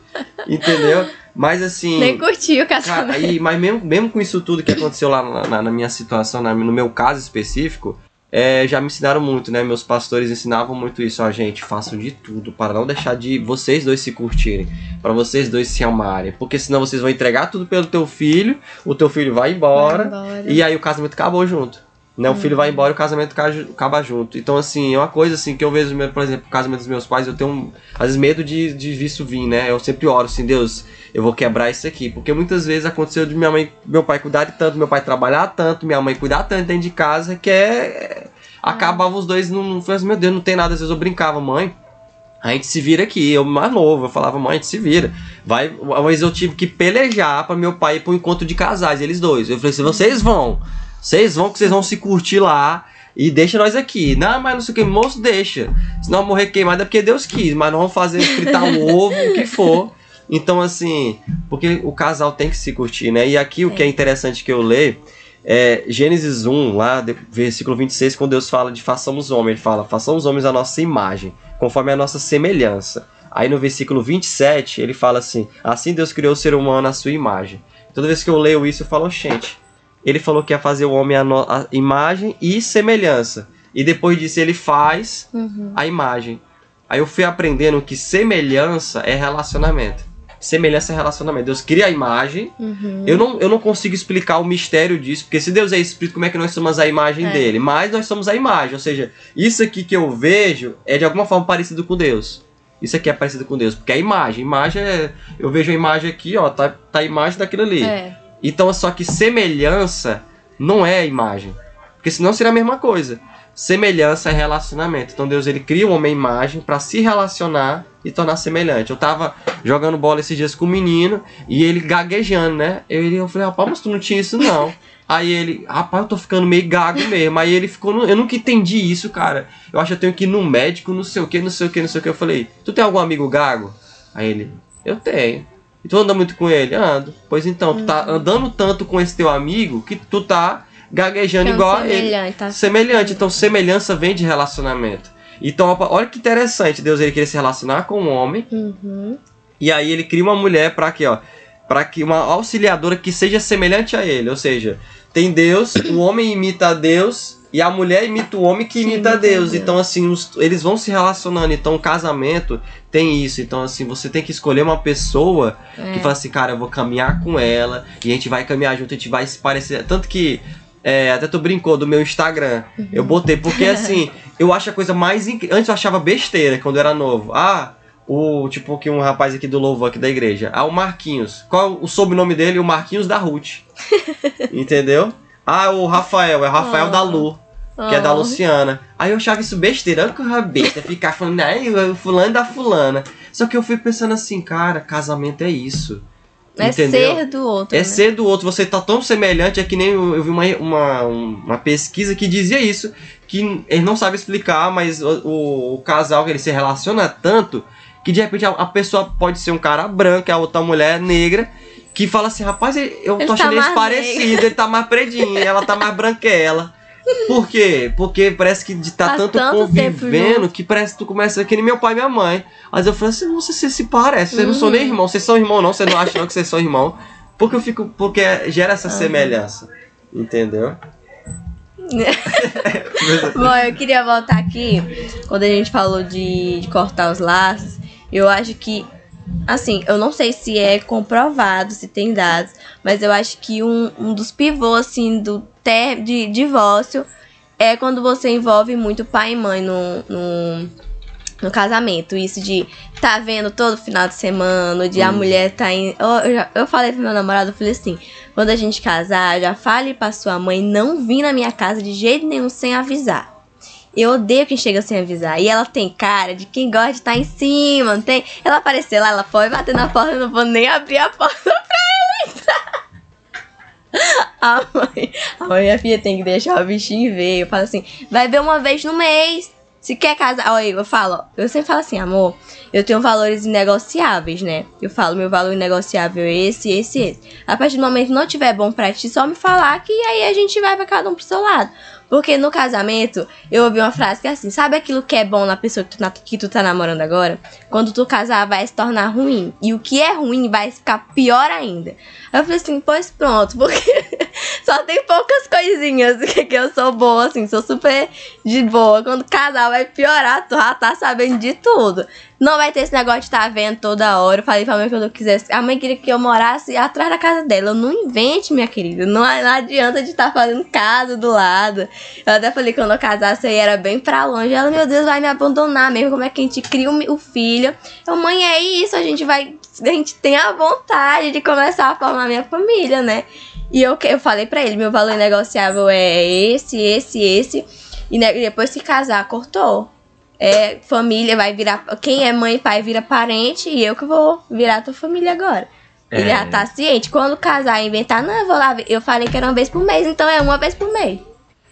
Entendeu? Mas assim... Nem curti o casamento. Cara, aí, mas mesmo, mesmo com isso tudo que aconteceu lá na, na, na minha situação, na, no meu caso específico, é, já me ensinaram muito, né? Meus pastores ensinavam muito isso. Ó, gente, façam de tudo para não deixar de vocês dois se curtirem. Para vocês dois se amarem. Porque senão vocês vão entregar tudo pelo teu filho, o teu filho vai embora, vai embora. E aí o casamento acabou junto. Né? O filho vai embora e o casamento acaba junto. Então, assim, é uma coisa assim que eu vejo, por exemplo, o casamento dos meus pais, eu tenho, às vezes, medo de, de visto vir, né? Eu sempre oro assim, Deus, eu vou quebrar isso aqui. Porque muitas vezes aconteceu de minha mãe, meu pai cuidar de tanto, meu pai trabalhar tanto, minha mãe cuidar tanto dentro de casa, que é... Acabava os dois, não, não assim, meu Deus, não tem nada. Às vezes eu brincava, mãe, a gente se vira aqui. Eu mais novo, eu falava, mãe, a gente se vira. Vai, mas eu tive que pelejar para meu pai ir pro encontro de casais, eles dois. Eu falei assim, vocês vão... Vocês vão que vocês vão se curtir lá e deixa nós aqui. Não, mas não sei o que, moço, deixa. Senão morrer queimado é porque Deus quis, mas nós vamos fazer fritar um ovo, o que for. Então, assim, porque o casal tem que se curtir, né? E aqui o que é interessante que eu leio é Gênesis um, lá, versículo vinte e seis, quando Deus fala de façamos homem, ele fala, façamos homens a nossa imagem, conforme a nossa semelhança. Aí no versículo vinte e sete, ele fala assim, assim Deus criou o ser humano à sua imagem. Toda vez que eu leio isso, eu falo, gente... Ele falou que ia fazer o homem a, no, a imagem e semelhança. E depois disso ele faz uhum. a imagem. Aí eu fui aprendendo que semelhança é relacionamento. Semelhança é relacionamento. Deus cria a imagem. Uhum. Eu, não, eu não consigo explicar o mistério disso. Porque se Deus é espírito, como é que nós somos a imagem é. dele? Mas nós somos a imagem. Ou seja, isso aqui que eu vejo é de alguma forma parecido com Deus. Isso aqui é parecido com Deus. Porque a imagem. Imagem é... Eu vejo a imagem aqui, ó. Tá, tá a imagem daquilo ali. É. Então, só que semelhança não é imagem. Porque senão seria a mesma coisa. Semelhança é relacionamento. Então Deus ele cria uma imagem para se relacionar e tornar semelhante. Eu tava jogando bola esses dias com um menino e ele gaguejando, né? Eu, eu falei, rapaz, mas tu não tinha isso não. Aí ele, rapaz, eu tô ficando meio gago mesmo. Aí ele ficou, eu nunca entendi isso, cara. Eu acho que eu tenho que ir no médico, não sei o que, não sei o que, não sei o que. Eu falei, tu tem algum amigo gago? Aí ele, eu tenho. E tu anda muito com ele? Ando. Pois então, tu tá andando tanto com esse teu amigo que tu tá gaguejando igual a ele. Tá semelhante. Então, semelhança vem de relacionamento. Então, olha que interessante. Deus ele queria se relacionar com um homem. Uhum. E aí ele cria uma mulher para quê, ó? Para que uma auxiliadora que seja semelhante a ele. Ou seja, tem Deus, o homem imita a Deus e a mulher imita o homem que imita a Deus. Então, assim, os, eles vão se relacionando. Então, o casamento tem isso. Então, assim, você tem que escolher uma pessoa é. que fala assim, cara, eu vou caminhar com ela e a gente vai caminhar junto, a gente vai se parecer. Tanto que, é, até tu brincou do meu Instagram. Uhum. Eu botei, porque assim, eu acho a coisa mais incrível. Antes eu achava besteira quando eu era novo. Ah, o tipo que um rapaz aqui do louvor aqui da igreja. Ah, o Marquinhos. Qual o sobrenome dele? O Marquinhos da Ruth. Entendeu? Ah, o Rafael, é o Rafael oh. da Lu, que oh. é da Luciana. Aí eu achava isso besteira, olha que eu besta, ficar falando, ah, fulano da fulana. Só que eu fui pensando assim, cara, casamento é isso. É entendeu? Ser do outro. É né? ser do outro, você tá tão semelhante, é que nem eu, eu vi uma, uma, uma pesquisa que dizia isso, que eles não sabem explicar, mas o, o, o casal, ele se relaciona tanto, que de repente a, a pessoa pode ser um cara branco, a outra mulher negra, que fala assim, rapaz, eu ele tô achando tá eles parecidos, ele tá mais predinho, ela tá mais branquela. Por quê? Porque parece que de tá tanto, tanto convivendo que parece que tu começa que nem meu pai e minha mãe. Mas eu falo assim, nossa, vocês se parecem, vocês uhum. não são nem irmãos, vocês são irmãos não, vocês não acham não que vocês são irmãos. Porque eu fico, porque gera essa uhum. semelhança, entendeu? Bom, eu queria voltar aqui, quando a gente falou de, de cortar os laços, eu acho que assim, eu não sei se é comprovado, se tem dados, mas eu acho que um, um dos pivôs, assim, do ter, de divórcio é quando você envolve muito pai e mãe no, no, no casamento. Isso de tá vendo todo final de semana, de hum. a mulher tá em... Eu, eu, já, eu falei pro meu namorado, eu falei assim, quando a gente casar, já fale pra sua mãe não vir na minha casa de jeito nenhum sem avisar. Eu odeio quem chega sem avisar. E ela tem cara de quem gosta de estar em cima, não tem? Ela apareceu lá, ela foi bater na porta, eu não vou nem abrir a porta pra ela entrar. A mãe, a mãe, minha filha tem que deixar o bichinho ver. Eu falo assim, vai ver uma vez no mês. Se quer casar, olha, eu falo, ó, eu sempre falo assim, amor, eu tenho valores inegociáveis, né? Eu falo, meu valor inegociável é esse, esse, esse. A partir do momento que não tiver bom pra ti, só me falar que aí a gente vai pra cada um pro seu lado. Porque no casamento, eu ouvi uma frase que é assim, sabe aquilo que é bom na pessoa que tu, na, que tu tá namorando agora? Quando tu casar, vai se tornar ruim. E o que é ruim vai ficar pior ainda. Aí eu falei assim, pois pronto, porque só tem poucas coisinhas que eu sou boa, assim, sou super de boa. Quando casar vai piorar, tu já tá sabendo de tudo. Não vai ter esse negócio de estar tá vendo toda hora. Eu falei pra mãe que eu não quisesse. A mãe queria que eu morasse atrás da casa dela. Eu não invente, minha querida. Não, não adianta de estar tá fazendo casa do lado. Eu até falei que quando eu casasse eu era bem pra longe. Ela, meu Deus, vai me abandonar mesmo. Como é que a gente cria o filho? Eu, mãe, é isso. A gente vai. A gente tem a vontade de começar a formar minha família, né? E eu, eu falei pra ele: meu valor negociável é esse, esse, esse. E né, depois que casar, cortou. É, família vai virar. Quem é mãe e pai vira parente. E eu que vou virar tua família agora. É. Ele já tá ciente. Quando casar e inventar, não, eu vou lá. Eu falei que era uma vez por mês, então é uma vez por mês.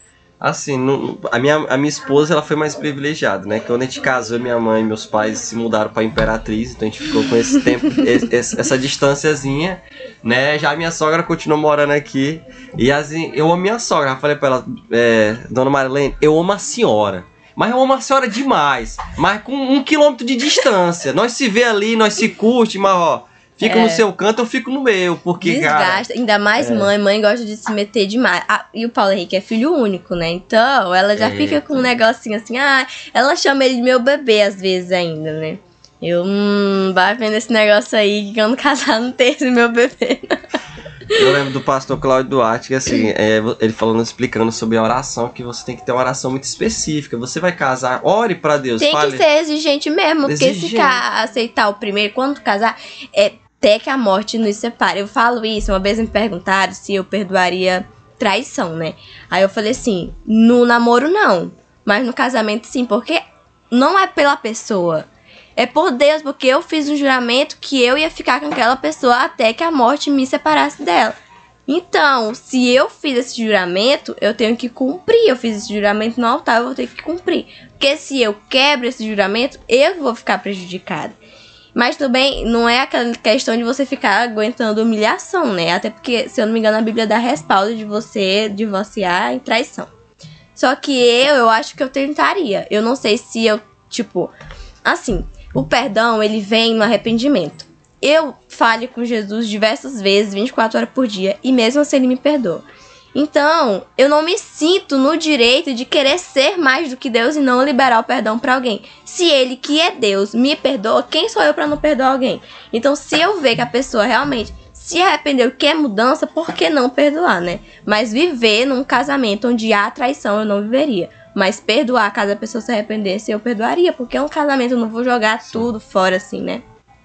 Assim, no, a, minha, a minha esposa ela foi mais privilegiada, né? Quando a gente casou, minha mãe e meus pais se mudaram pra Imperatriz. Então a gente ficou com esse tempo, esse, essa distânciazinha, né? Já a minha sogra continuou morando aqui. E assim, eu amo minha sogra. Já falei pra ela, é, dona Marilene, eu amo a senhora. Mas eu amo a senhora demais. Mas com um quilômetro de distância. Nós se vê ali, nós se curte, mas ó, fica é. no seu canto, eu fico no meu. Porque, desgasta, cara, ainda mais é. mãe. Mãe gosta de se meter demais. Ah, e o Paulo Henrique é filho único, né? Então, ela já é. fica com um negocinho assim. Ah, ela chama ele de meu bebê às vezes ainda, né? Eu, hum, vai vendo esse negócio aí, que quando casar não tem esse meu bebê, não. Eu lembro do pastor Cláudio Duarte, que assim, é, ele falando, explicando sobre a oração, que você tem que ter uma oração muito específica. Você vai casar, ore pra Deus. Tem fale... que ser exigente mesmo, porque exigente. Se ca- aceitar o primeiro, quando casar, é até que a morte nos separe. Eu falo isso, uma vez me perguntaram se eu perdoaria traição, né? Aí eu falei assim, no namoro não, mas no casamento sim, porque não é pela pessoa. É por Deus, porque eu fiz um juramento que eu ia ficar com aquela pessoa até que a morte me separasse dela. Então, se eu fiz esse juramento, eu tenho que cumprir. Eu fiz esse juramento no altar, eu vou ter que cumprir. Porque se eu quebro esse juramento, eu vou ficar prejudicada. Mas também não é aquela questão de você ficar aguentando humilhação, né? Até porque, se eu não me engano, a Bíblia dá respaldo de você divorciar em traição. Só que eu, eu acho que eu tentaria. Eu não sei se eu, tipo, assim... O perdão, ele vem no arrependimento. Eu falho com Jesus diversas vezes, vinte e quatro horas por dia, e mesmo assim ele me perdoa. Então, eu não me sinto no direito de querer ser mais do que Deus e não liberar o perdão para alguém. Se ele, que é Deus, me perdoa, quem sou eu para não perdoar alguém? Então, se eu ver que a pessoa realmente se arrependeu, quer mudança, por que não perdoar, né? Mas viver num casamento onde há traição, eu não viveria. Mas perdoar, caso a pessoa se arrependesse, eu perdoaria. Porque é um casamento, eu não vou jogar sim. tudo fora assim, né?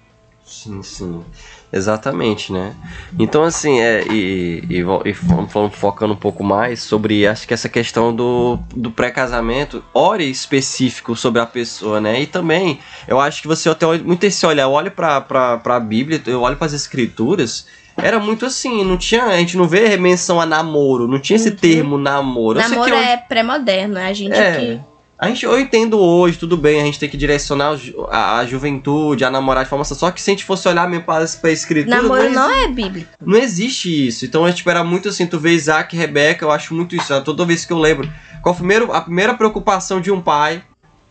Sim, sim. Exatamente, né? Então, assim, é, e, e, e falando, focando um pouco mais sobre, acho que essa questão do, do pré-casamento, ore específico sobre a pessoa, né? E também, eu acho que você até muito esse olhar, eu olho pra, pra, pra Bíblia, eu olho para as escrituras... Era muito assim, não tinha, a gente não vê menção a namoro, não tinha esse uhum. termo namoro. Namoro eu... é pré-moderno, é a gente é, que... A gente, eu entendo hoje, tudo bem, a gente tem que direcionar a, a juventude, a namorar de forma... Só que se a gente fosse olhar mesmo para a escritura... Namoro não, não é bíblico. Não existe isso. Então, a gente era muito assim, tu vê Isaac e Rebeca, eu acho muito isso. Toda vez que eu lembro, qual foi a primeira, a primeira preocupação de um pai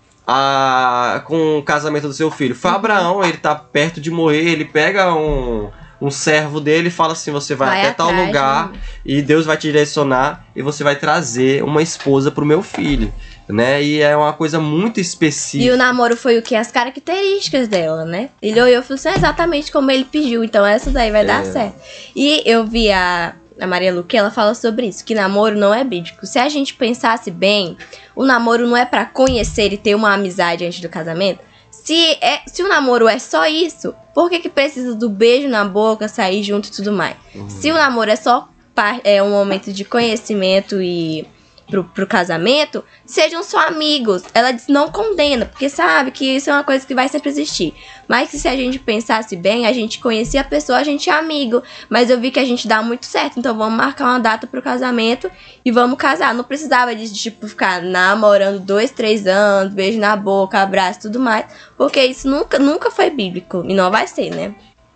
a, com o casamento do seu filho? Foi uhum. Abraão, ele tá perto de morrer, ele pega um... um servo dele fala assim, você vai, vai até atrás, tal lugar né? E Deus vai te direcionar e você vai trazer uma esposa pro meu filho, né? E é uma coisa muito específica. E o namoro foi o que? As características dela, né? Ele olhou e falou assim, exatamente como ele pediu, então essa daí vai é. dar certo. E eu vi a, a Maria Luque, ela fala sobre isso, que namoro não é bíblico. Se a gente pensasse bem, o namoro não é pra conhecer e ter uma amizade antes do casamento. Se, é, se o namoro é só isso, por que que precisa do beijo na boca, sair junto e tudo mais? Uhum. Se o namoro é só é um momento de conhecimento e pro, pro casamento, sejam só amigos. Ela diz, não condena, porque sabe que isso é uma coisa que vai sempre existir. Mas que se a gente pensasse bem, a gente conhecia a pessoa, a gente é amigo. Mas eu vi que a gente dá muito certo, então vamos marcar uma data pro casamento e vamos casar. Não precisava de, tipo, ficar namorando dois, três anos, beijo na boca, abraço e tudo mais, porque isso nunca, nunca foi bíblico e não vai ser, né?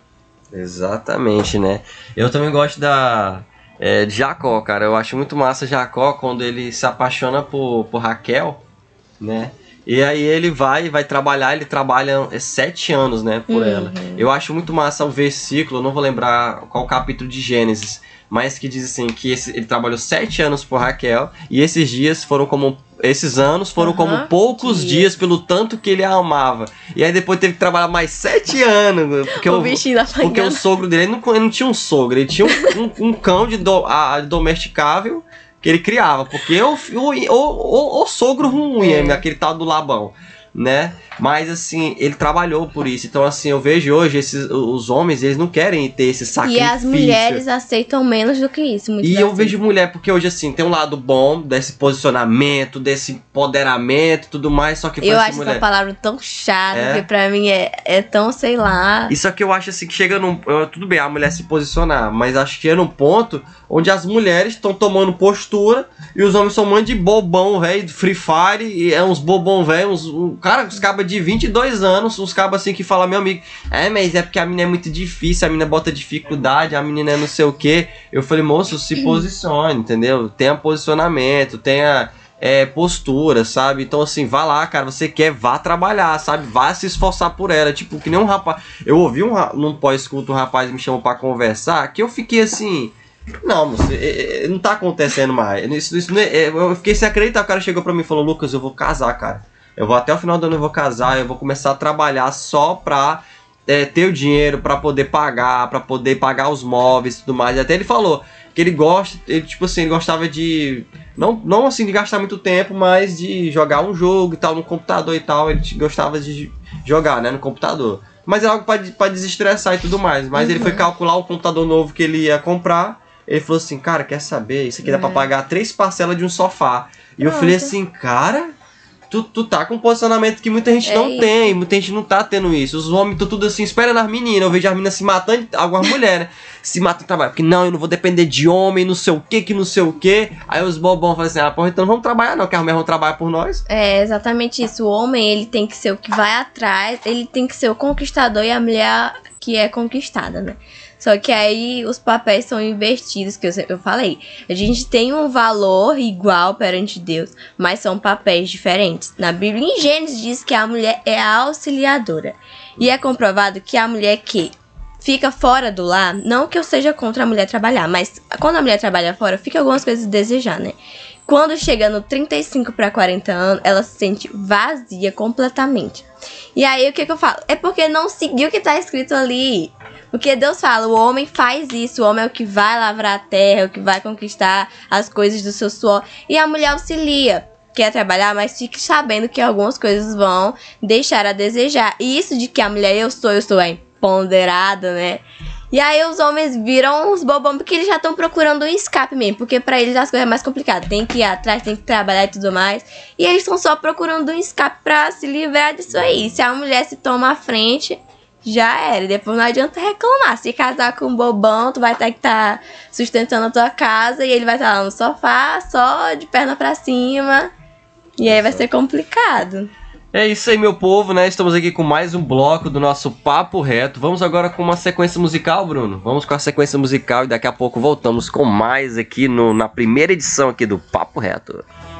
Exatamente, né? Eu também gosto da... É, de Jacó, cara, eu acho muito massa Jacó quando ele se apaixona por, por Raquel, né? E aí ele vai vai trabalhar, ele trabalha sete anos, né, por uhum. ela. Eu acho muito massa o versículo, eu não vou lembrar qual capítulo de Gênesis, mas que diz assim, que esse, ele trabalhou sete anos por Raquel, e esses dias foram como... Esses anos foram uhum. como poucos dias. dias pelo tanto que ele a amava. E aí depois teve que trabalhar mais sete anos. Porque o, bichinho da porque o sogro dele, ele não, ele não tinha um sogro, ele tinha um, um, um cão de do, a, domesticável que ele criava. Porque o, o, o, o, o sogro ruim, é. aquele tal do Labão, né? Mas assim, ele trabalhou por isso. Então assim, eu vejo hoje esses, os homens, eles não querem ter esse sacrifício. E as mulheres aceitam menos do que isso. E eu vejo mulher, porque hoje assim, tem um lado bom desse posicionamento, desse empoderamento e tudo mais, só que eu acho mulher... essa palavra tão chata, é? que pra mim é, é tão, sei lá... Isso aqui eu acho assim, que chega num... Tudo bem, a mulher se posicionar, mas acho que é num ponto onde as mulheres estão tomando postura e os homens são um monte de bobão, velho, Free Fire, e é uns bobão, velho, uns... Um, cara, os cabas de vinte e dois anos, uns cabas assim que falam, meu amigo, é, mas é porque a menina é muito difícil, a menina bota dificuldade, a menina é não sei o que. Eu falei, moço, se posicione, entendeu? Tenha posicionamento, tenha é, postura, sabe? Então assim, vá lá, cara, você quer, vá trabalhar, sabe? Vá se esforçar por ela, tipo, que nem um rapaz... Eu ouvi um, num pós-culto um rapaz me chamou pra conversar, que eu fiquei assim... Não, moço, é, é, não tá acontecendo mais. Isso, isso não é, eu fiquei sem acreditar, o cara chegou pra mim e falou, Lucas, eu vou casar, cara. Eu vou até o final do ano, eu vou casar, eu vou começar a trabalhar só pra é, ter o dinheiro, pra poder pagar, pra poder pagar os móveis e tudo mais. E até ele falou que ele gosta, ele, tipo assim, ele gostava de, não, não assim de gastar muito tempo, mas de jogar um jogo e tal, no computador e tal, ele gostava de jogar, né, no computador. Mas é algo pra, pra desestressar e tudo mais. Mas uhum. ele foi calcular o computador novo que ele ia comprar, ele falou assim, cara, quer saber, isso aqui dá é. pra pagar três parcelas de um sofá. E Pronto. eu falei assim, cara... Tu, tu tá com um posicionamento que muita gente é não isso. tem, muita gente não tá tendo isso. Os homens estão tudo assim, espera nas meninas. Eu vejo as meninas se matando, algumas mulheres, né? Se matam no trabalho. Porque não, eu não vou depender de homem, não sei o que, que não sei o que. Aí os bobão falam assim, ah, porra, então não vamos trabalhar não, que as mulheres vão trabalhar por nós. É, exatamente isso. O homem, ele tem que ser o que vai atrás, ele tem que ser o conquistador e a mulher que é conquistada, né? Só que aí os papéis são invertidos, que eu, eu falei. A gente tem um valor igual perante Deus, mas são papéis diferentes. Na Bíblia, em Gênesis, diz que a mulher é a auxiliadora. E é comprovado que a mulher que fica fora do lar, não que eu seja contra a mulher trabalhar, mas quando a mulher trabalha fora, fica algumas coisas a desejar, né? Quando chega no trinta e cinco para quarenta anos, ela se sente vazia completamente. E aí, o que, que eu falo? É porque não seguiu o que tá escrito ali. Porque Deus fala, o homem faz isso, o homem é o que vai lavrar a terra, é o que vai conquistar as coisas do seu suor. E a mulher auxilia, quer trabalhar, mas fique sabendo que algumas coisas vão deixar a desejar. E isso de que a mulher eu sou, eu sou é empoderada, né? E aí os homens viram uns bobão, porque eles já estão procurando um escape mesmo. Porque pra eles as coisas é mais complicadas. Tem que ir atrás, tem que trabalhar e tudo mais. E eles estão só procurando um escape pra se livrar disso aí. Se a mulher se toma à frente, já era. Depois não adianta reclamar. Se casar com um bobão, tu vai ter que estar tá sustentando a tua casa. E ele vai estar tá lá no sofá, só de perna pra cima. E aí vai ser complicado. É isso aí, meu povo, né? Estamos aqui com mais um bloco do nosso Papo Reto. Vamos agora com uma sequência musical, Bruno? Vamos com a sequência musical e daqui a pouco voltamos com mais aqui no, na primeira edição aqui do Papo Reto.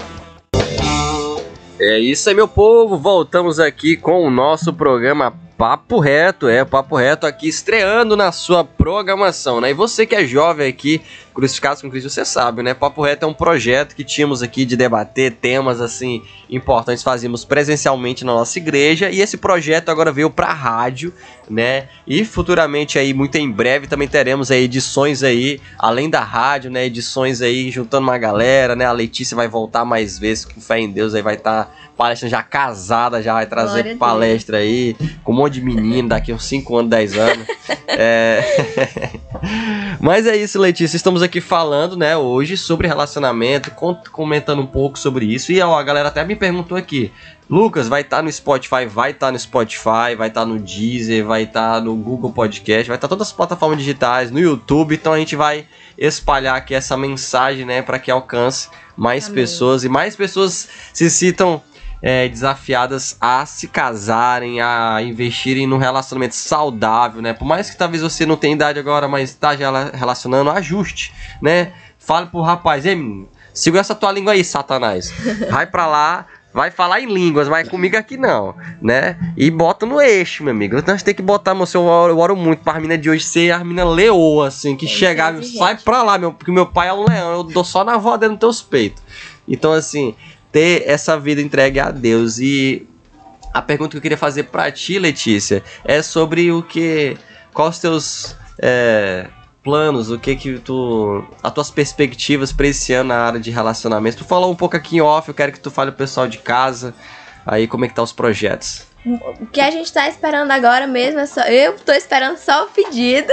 É isso aí, meu povo. Voltamos aqui com o nosso programa Papo Reto. É, Papo Reto aqui estreando na sua programação, né? E você que é jovem aqui, Crucificados com Cristo, você sabe, né? Papo Reto é um projeto que tínhamos aqui de debater temas, assim, importantes, fazíamos presencialmente na nossa igreja, e esse projeto agora veio pra rádio, né? E futuramente aí, muito em breve, também teremos aí edições aí, além da rádio, né? Edições aí, juntando uma galera, né? A Letícia vai voltar mais vezes, com fé em Deus, aí vai estar tá palestra já casada, já vai trazer Glória palestra aí, com um monte de menino, daqui uns cinco anos, dez anos. É... Mas é isso, Letícia. Estamos aqui falando, né, hoje sobre relacionamento, comentando um pouco sobre isso. E ó, a galera até me perguntou aqui: Lucas, vai estar tá no Spotify? Vai estar tá no Spotify, vai estar tá no Deezer, vai estar tá no Google Podcast, vai estar tá todas as plataformas digitais, no YouTube. Então a gente vai espalhar aqui essa mensagem, né, para que alcance mais Amém. pessoas e mais pessoas se sintam É, desafiadas a se casarem, a investirem num relacionamento saudável, né? Por mais que talvez você não tenha idade agora, mas tá já relacionando, ajuste, né? Fale pro rapaz: ei, menino, segura essa tua língua aí, Satanás. Vai pra lá, vai falar em línguas, mas comigo aqui não, né? E bota no eixo, meu amigo. Então a gente tem que botar, moço, eu oro, eu oro muito pra mina de hoje ser a mina leoa, assim, que é chegar, sai pra lá, meu, porque meu pai é um leão, eu dou só na voadora nos teus peitos. Então, assim, ter essa vida entregue a Deus. E a pergunta que eu queria fazer pra ti, Letícia, é sobre o que, quais os teus é, planos, o que que tu, as tuas perspectivas pra esse ano na área de relacionamento. Tu falou um pouco aqui em off, eu quero que tu fale pro pessoal de casa, aí como é que tá os projetos. O que a gente tá esperando agora mesmo é só, eu tô esperando só o pedido.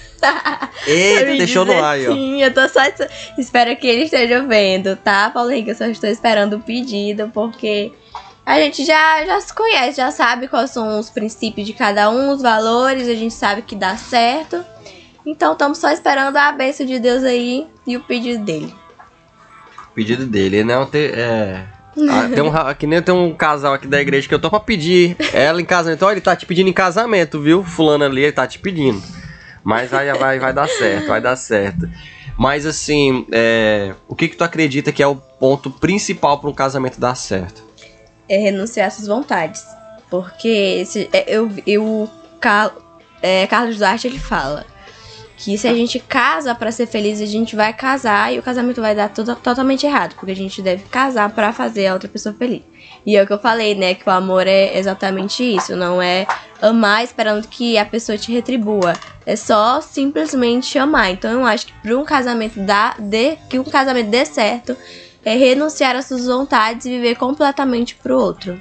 Eita, deixou no ar aí, ó. Sim, eu tô só espero que ele esteja vendo, tá, Paulo Henrique? Eu só estou esperando o pedido, porque a gente já, já se conhece, já sabe quais são os princípios de cada um, os valores, a gente sabe que dá certo. Então estamos só esperando a bênção de Deus aí e o pedido dele. O pedido dele, né? É... Ah, tem um, que nem tem um casal aqui da igreja que eu tô pra pedir ela em casamento. Então ele tá te pedindo em casamento, viu? Fulano ali, ele tá te pedindo. Mas vai, vai, vai dar certo, vai dar certo. Mas assim, é, o que que tu acredita que é o ponto principal para um casamento dar certo? É renunciar às suas vontades. Porque se, eu, eu, é, Carlos Duarte, ele fala que se a gente casa para ser feliz, a gente vai casar e o casamento vai dar tudo totalmente errado. Porque a gente deve casar para fazer a outra pessoa feliz. E é o que eu falei, né? Que o amor é exatamente isso. Não é amar esperando que a pessoa te retribua. É só simplesmente amar. Então eu acho que para um casamento dar, dê, que um casamento dê certo, é renunciar às suas vontades e viver completamente pro outro.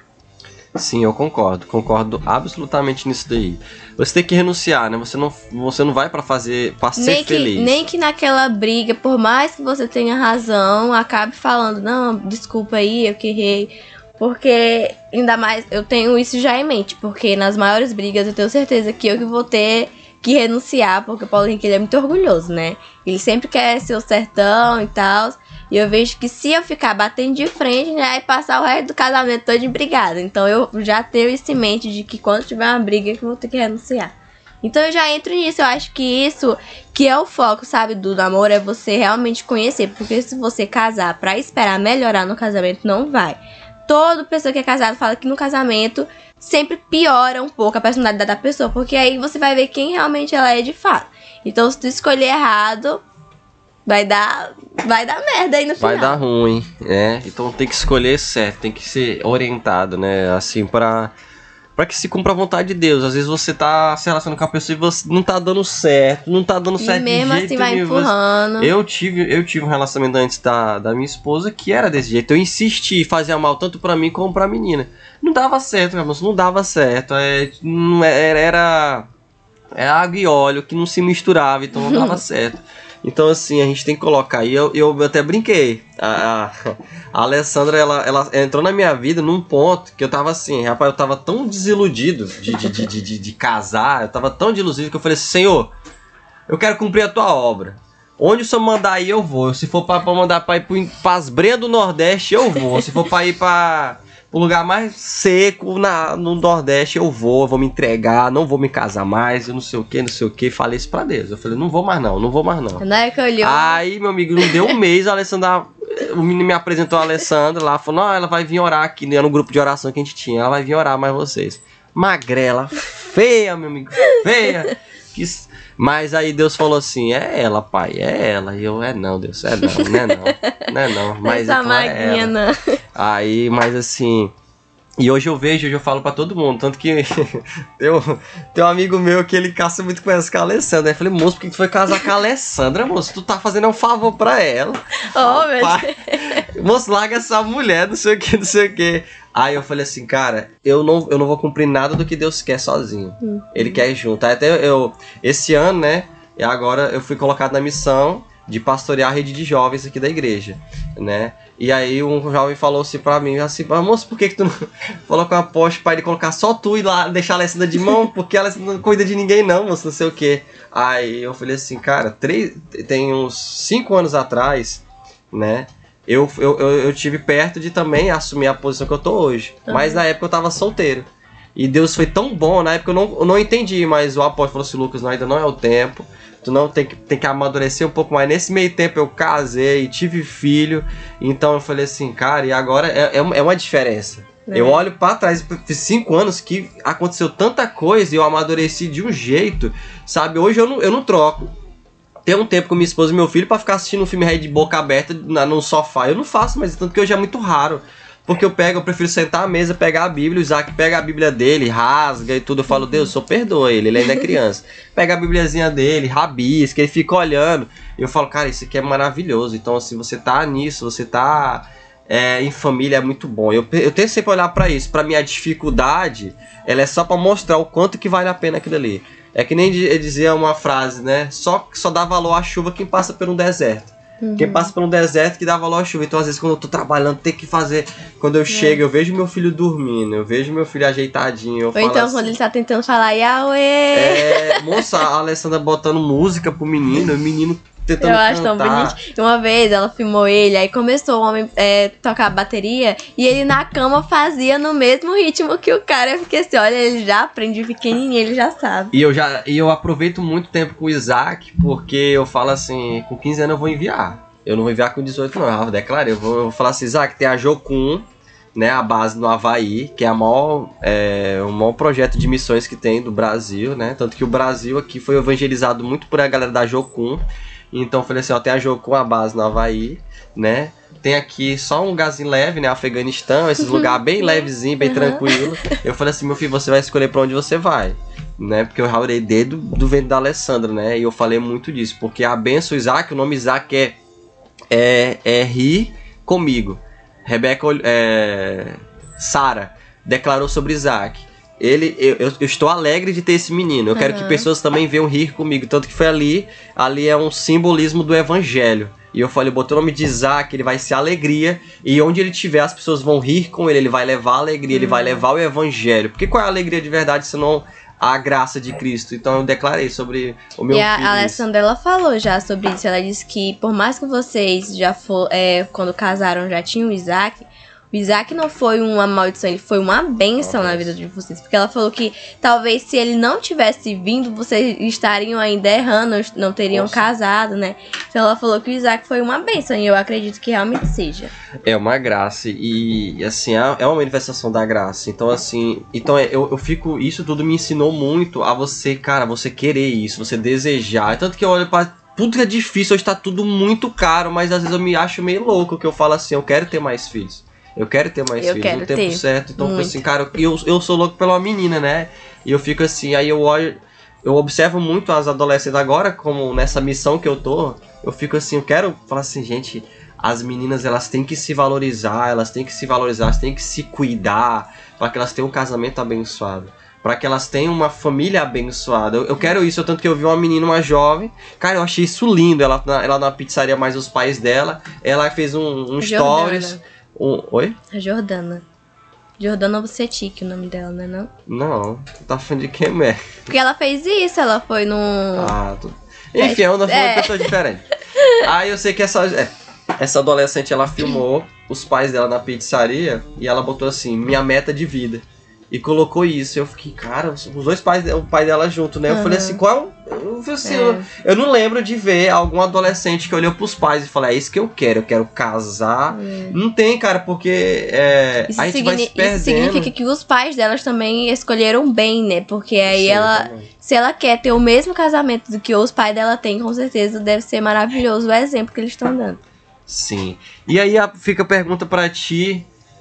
Sim, eu concordo. Concordo absolutamente nisso daí. Você tem que renunciar, né? Você não, você não vai pra fazer, pra ser nem que, feliz. Nem que naquela briga, por mais que você tenha razão, acabe falando: não, desculpa aí, eu que errei. Porque, ainda mais, eu tenho isso já em mente. Porque nas maiores brigas eu tenho certeza que eu que vou ter que renunciar. Porque o Paulo Henrique, ele é muito orgulhoso, né? Ele sempre quer ser o certão e tal. E eu vejo que se eu ficar batendo de frente, né, vai passar o resto do casamento todo de brigada. Então eu já tenho isso em mente de que quando tiver uma briga que eu vou ter que renunciar. Então eu já entro nisso. Eu acho que isso que é o foco, sabe, do namoro, é você realmente conhecer. Porque se você casar pra esperar melhorar no casamento, não vai. Toda pessoa que é casada fala que no casamento sempre piora um pouco a personalidade da pessoa. Porque aí você vai ver quem realmente ela é de fato. Então se tu escolher errado, Vai dar, vai dar merda aí no final. Vai dar ruim, é. Então tem que escolher certo, tem que ser orientado, né? Assim, pra, pra que se cumpra a vontade de Deus. Às vezes você tá se relacionando com a pessoa e você não tá dando certo, não tá dando e certo de jeito mesmo assim vai empurrando. Eu tive, eu tive um relacionamento antes da, da minha esposa que era desse jeito. Eu insisti, fazia mal tanto pra mim como pra menina. Não dava certo, meu moço, não dava certo. É, não era, era, era água e óleo que não se misturava, então não dava certo. Então, assim, a gente tem que colocar aí. Eu, eu até brinquei. A, a, a Alessandra, ela, ela entrou na minha vida num ponto que eu tava assim, rapaz, eu tava tão desiludido de, de, de, de, de, de casar, eu tava tão desiludido que eu falei assim: Senhor, eu quero cumprir a tua obra. Onde o senhor mandar aí, eu vou. Se for pra, pra mandar pra ir pras breias do Nordeste, eu vou. Se for pra ir pra o lugar mais seco na, no Nordeste, eu vou, eu vou me entregar, não vou me casar mais, eu não sei o que, não sei o que. Falei isso pra Deus. Eu falei: não vou mais não, não vou mais não. Não é que olhou. Aí, meu amigo, não deu um mês, a Alessandra, o menino me apresentou a Alessandra lá, falou: não, ela vai vir orar aqui, né, no grupo de oração que a gente tinha, ela vai vir orar mais vocês. Magrela, feia, meu amigo, feia. Que... Mas aí Deus falou assim: é ela, pai, é ela. E eu: é não, Deus, é não, não é não, não é não. Mas essa então, maguinha, é ela. Não. Aí, mas assim... E hoje eu vejo, hoje eu falo pra todo mundo. Tanto que tem, um, tem um amigo meu que ele caça muito com essa, com a Alessandra. Aí eu falei: moço, por que tu foi casar com a Alessandra, moço? Tu tá fazendo um favor pra ela. Oh, meu Deus. Moço, larga essa mulher, não sei o que, não sei o que. Aí eu falei assim: cara, eu não, eu não vou cumprir nada do que Deus quer sozinho. Uhum. Ele quer junto. Até eu, esse ano, né, e agora eu fui colocado na missão de pastorear a rede de jovens aqui da igreja, né? E aí um jovem falou assim pra mim, assim, moço, por que que tu não falou com a apóstolo pra ele colocar só tu e lá deixar a Alessandra de mão? Porque ela não cuida de ninguém não, moço, não sei o quê. Aí eu falei assim, cara, três, tem uns cinco anos atrás, né? Eu, eu, eu, eu tive perto de também assumir a posição que eu tô hoje. Uhum. Mas na época eu tava solteiro. E Deus foi tão bom, na época eu não, eu não entendi, mas o apóstolo falou assim, Lucas, não, ainda não é o tempo. Tu não tem que, tem que amadurecer um pouco mais. Nesse meio tempo eu casei, tive filho. Então eu falei assim, cara, e agora é, é uma diferença. É. Eu olho pra trás, fiz cinco anos que aconteceu tanta coisa e eu amadureci de um jeito, sabe? Hoje eu não, eu não troco. Tem um tempo com minha esposa e meu filho pra ficar assistindo um filme aí de boca aberta na, no sofá. Eu não faço, mas tanto que hoje é muito raro. Porque eu pego, eu prefiro sentar à mesa, pegar a Bíblia, o Isaac pega a Bíblia dele, rasga e tudo. Eu falo, Deus, só perdoa ele, ele ainda é criança. Pega a Bíbliazinha dele, rabisca, ele fica olhando. E eu falo, cara, isso aqui é maravilhoso. Então, assim, você tá nisso, você tá é, em família, é muito bom. Eu, eu tenho sempre olhar pra isso. Pra mim, a dificuldade, ela é só pra mostrar o quanto que vale a pena aquilo ali. É que nem dizia uma frase, né? Só, só dá valor à chuva quem passa por um deserto. Uhum. Quem passa por um deserto que dá valor à chuva. Então, às vezes, quando eu tô trabalhando, tem que fazer. Quando eu é. chego, eu vejo meu filho dormindo, eu vejo meu filho ajeitadinho. Eu Ou falo então, assim, quando ele tá tentando falar Yahweh. É, moça, a Alessandra botando música pro menino, o menino tentando eu acho cantar. tão bonitinho. Uma vez ela filmou ele, aí começou o homem é, tocar bateria e ele na cama fazia no mesmo ritmo que o cara. Eu fiquei assim, olha, ele já aprende pequenininho, ele já sabe. E eu, já, e eu aproveito muito tempo com o Isaac, porque eu falo assim, com quinze anos eu vou enviar. Eu não vou enviar com dezoito não, eu declarei. Eu vou, eu vou falar assim, Isaac, tem a Jocum, né, a base no Havaí, que é, a maior, é o maior projeto de missões que tem do Brasil, né? Tanto que o Brasil aqui foi evangelizado muito por a galera da Jocum. Então eu falei assim, ó, tem a Jocum, a base no Havaí, né? Tem aqui só um lugarzinho leve, né? Afeganistão, esses lugares bem levezinho, bem uhum. tranquilo. Eu falei assim, meu filho, você vai escolher pra onde você vai, né? Porque eu raurei desde do ventre da Alessandra, né? E eu falei muito disso, porque a benção Isaac, o nome Isaac é é, é rir comigo. Rebeca, é, Sara declarou sobre Isaac. Ele, eu, eu estou alegre de ter esse menino. Eu uhum. quero que pessoas também venham rir comigo. Tanto que foi ali, ali é um simbolismo do evangelho. E eu falei, botei o nome de Isaac, ele vai ser alegria. E onde ele estiver, as pessoas vão rir com ele. Ele vai levar a alegria, uhum. ele vai levar o evangelho. Porque qual é a alegria de verdade, senão a graça de Cristo? Então eu declarei sobre o meu e filho. E a Alessandra, ela falou já sobre isso. Ela disse que por mais que vocês já for, é, quando casaram já tinham o Isaac, o Isaac não foi uma maldição, ele foi uma bênção na vida de vocês. Porque ela falou que talvez se ele não tivesse vindo, vocês estariam ainda errando, não teriam Nossa. casado, né? Então ela falou que o Isaac foi uma bênção, e eu acredito que realmente seja. É uma graça, e assim, é uma manifestação da graça. Então assim, então eu, eu fico, isso tudo me ensinou muito a você, cara, você querer isso, você desejar. Tanto que eu olho pra tudo que é difícil, hoje tá tudo muito caro, mas às vezes eu me acho meio louco, que eu falo assim, eu quero ter mais filhos. Eu quero ter mais eu filhos no tempo ter. certo. Então, assim, cara, eu, eu sou louco pela menina, né? E eu fico assim, aí eu olho, eu observo muito as adolescentes agora, como nessa missão que eu tô, eu fico assim, eu quero falar assim, gente, as meninas, elas têm que se valorizar, elas têm que se valorizar, elas têm que se cuidar, para que elas tenham um casamento abençoado, para que elas tenham uma família abençoada. Eu, eu quero isso, tanto que eu vi uma menina, uma jovem, cara, eu achei isso lindo, ela, ela na pizzaria, mais os pais dela, ela fez um, um stories... Um, oi? A Jordana. Jordana Bucetic, o nome dela, não é não? Não, tá falando de quem é? Porque ela fez isso, ela foi num... Ah, tô... Enfim, é uma é. pessoa diferente. Aí eu sei que essa, é, essa adolescente, ela filmou os pais dela na pizzaria e ela botou assim, minha meta de vida. E colocou isso. Eu fiquei, cara, os dois pais, o pai dela junto, né? Eu uhum. falei assim, qual... Eu, assim, é. eu, eu não lembro de ver algum adolescente que olhou pros pais e falou, é isso que eu quero, eu quero casar. É. Não tem, cara, porque é, a gente vai se perdendo. Isso significa que os pais delas também escolheram bem, né? Porque aí Sim, ela, também. se ela quer ter o mesmo casamento do que os pais dela têm, com certeza deve ser maravilhoso o exemplo que eles estão dando. Sim. E aí fica a pergunta pra ti,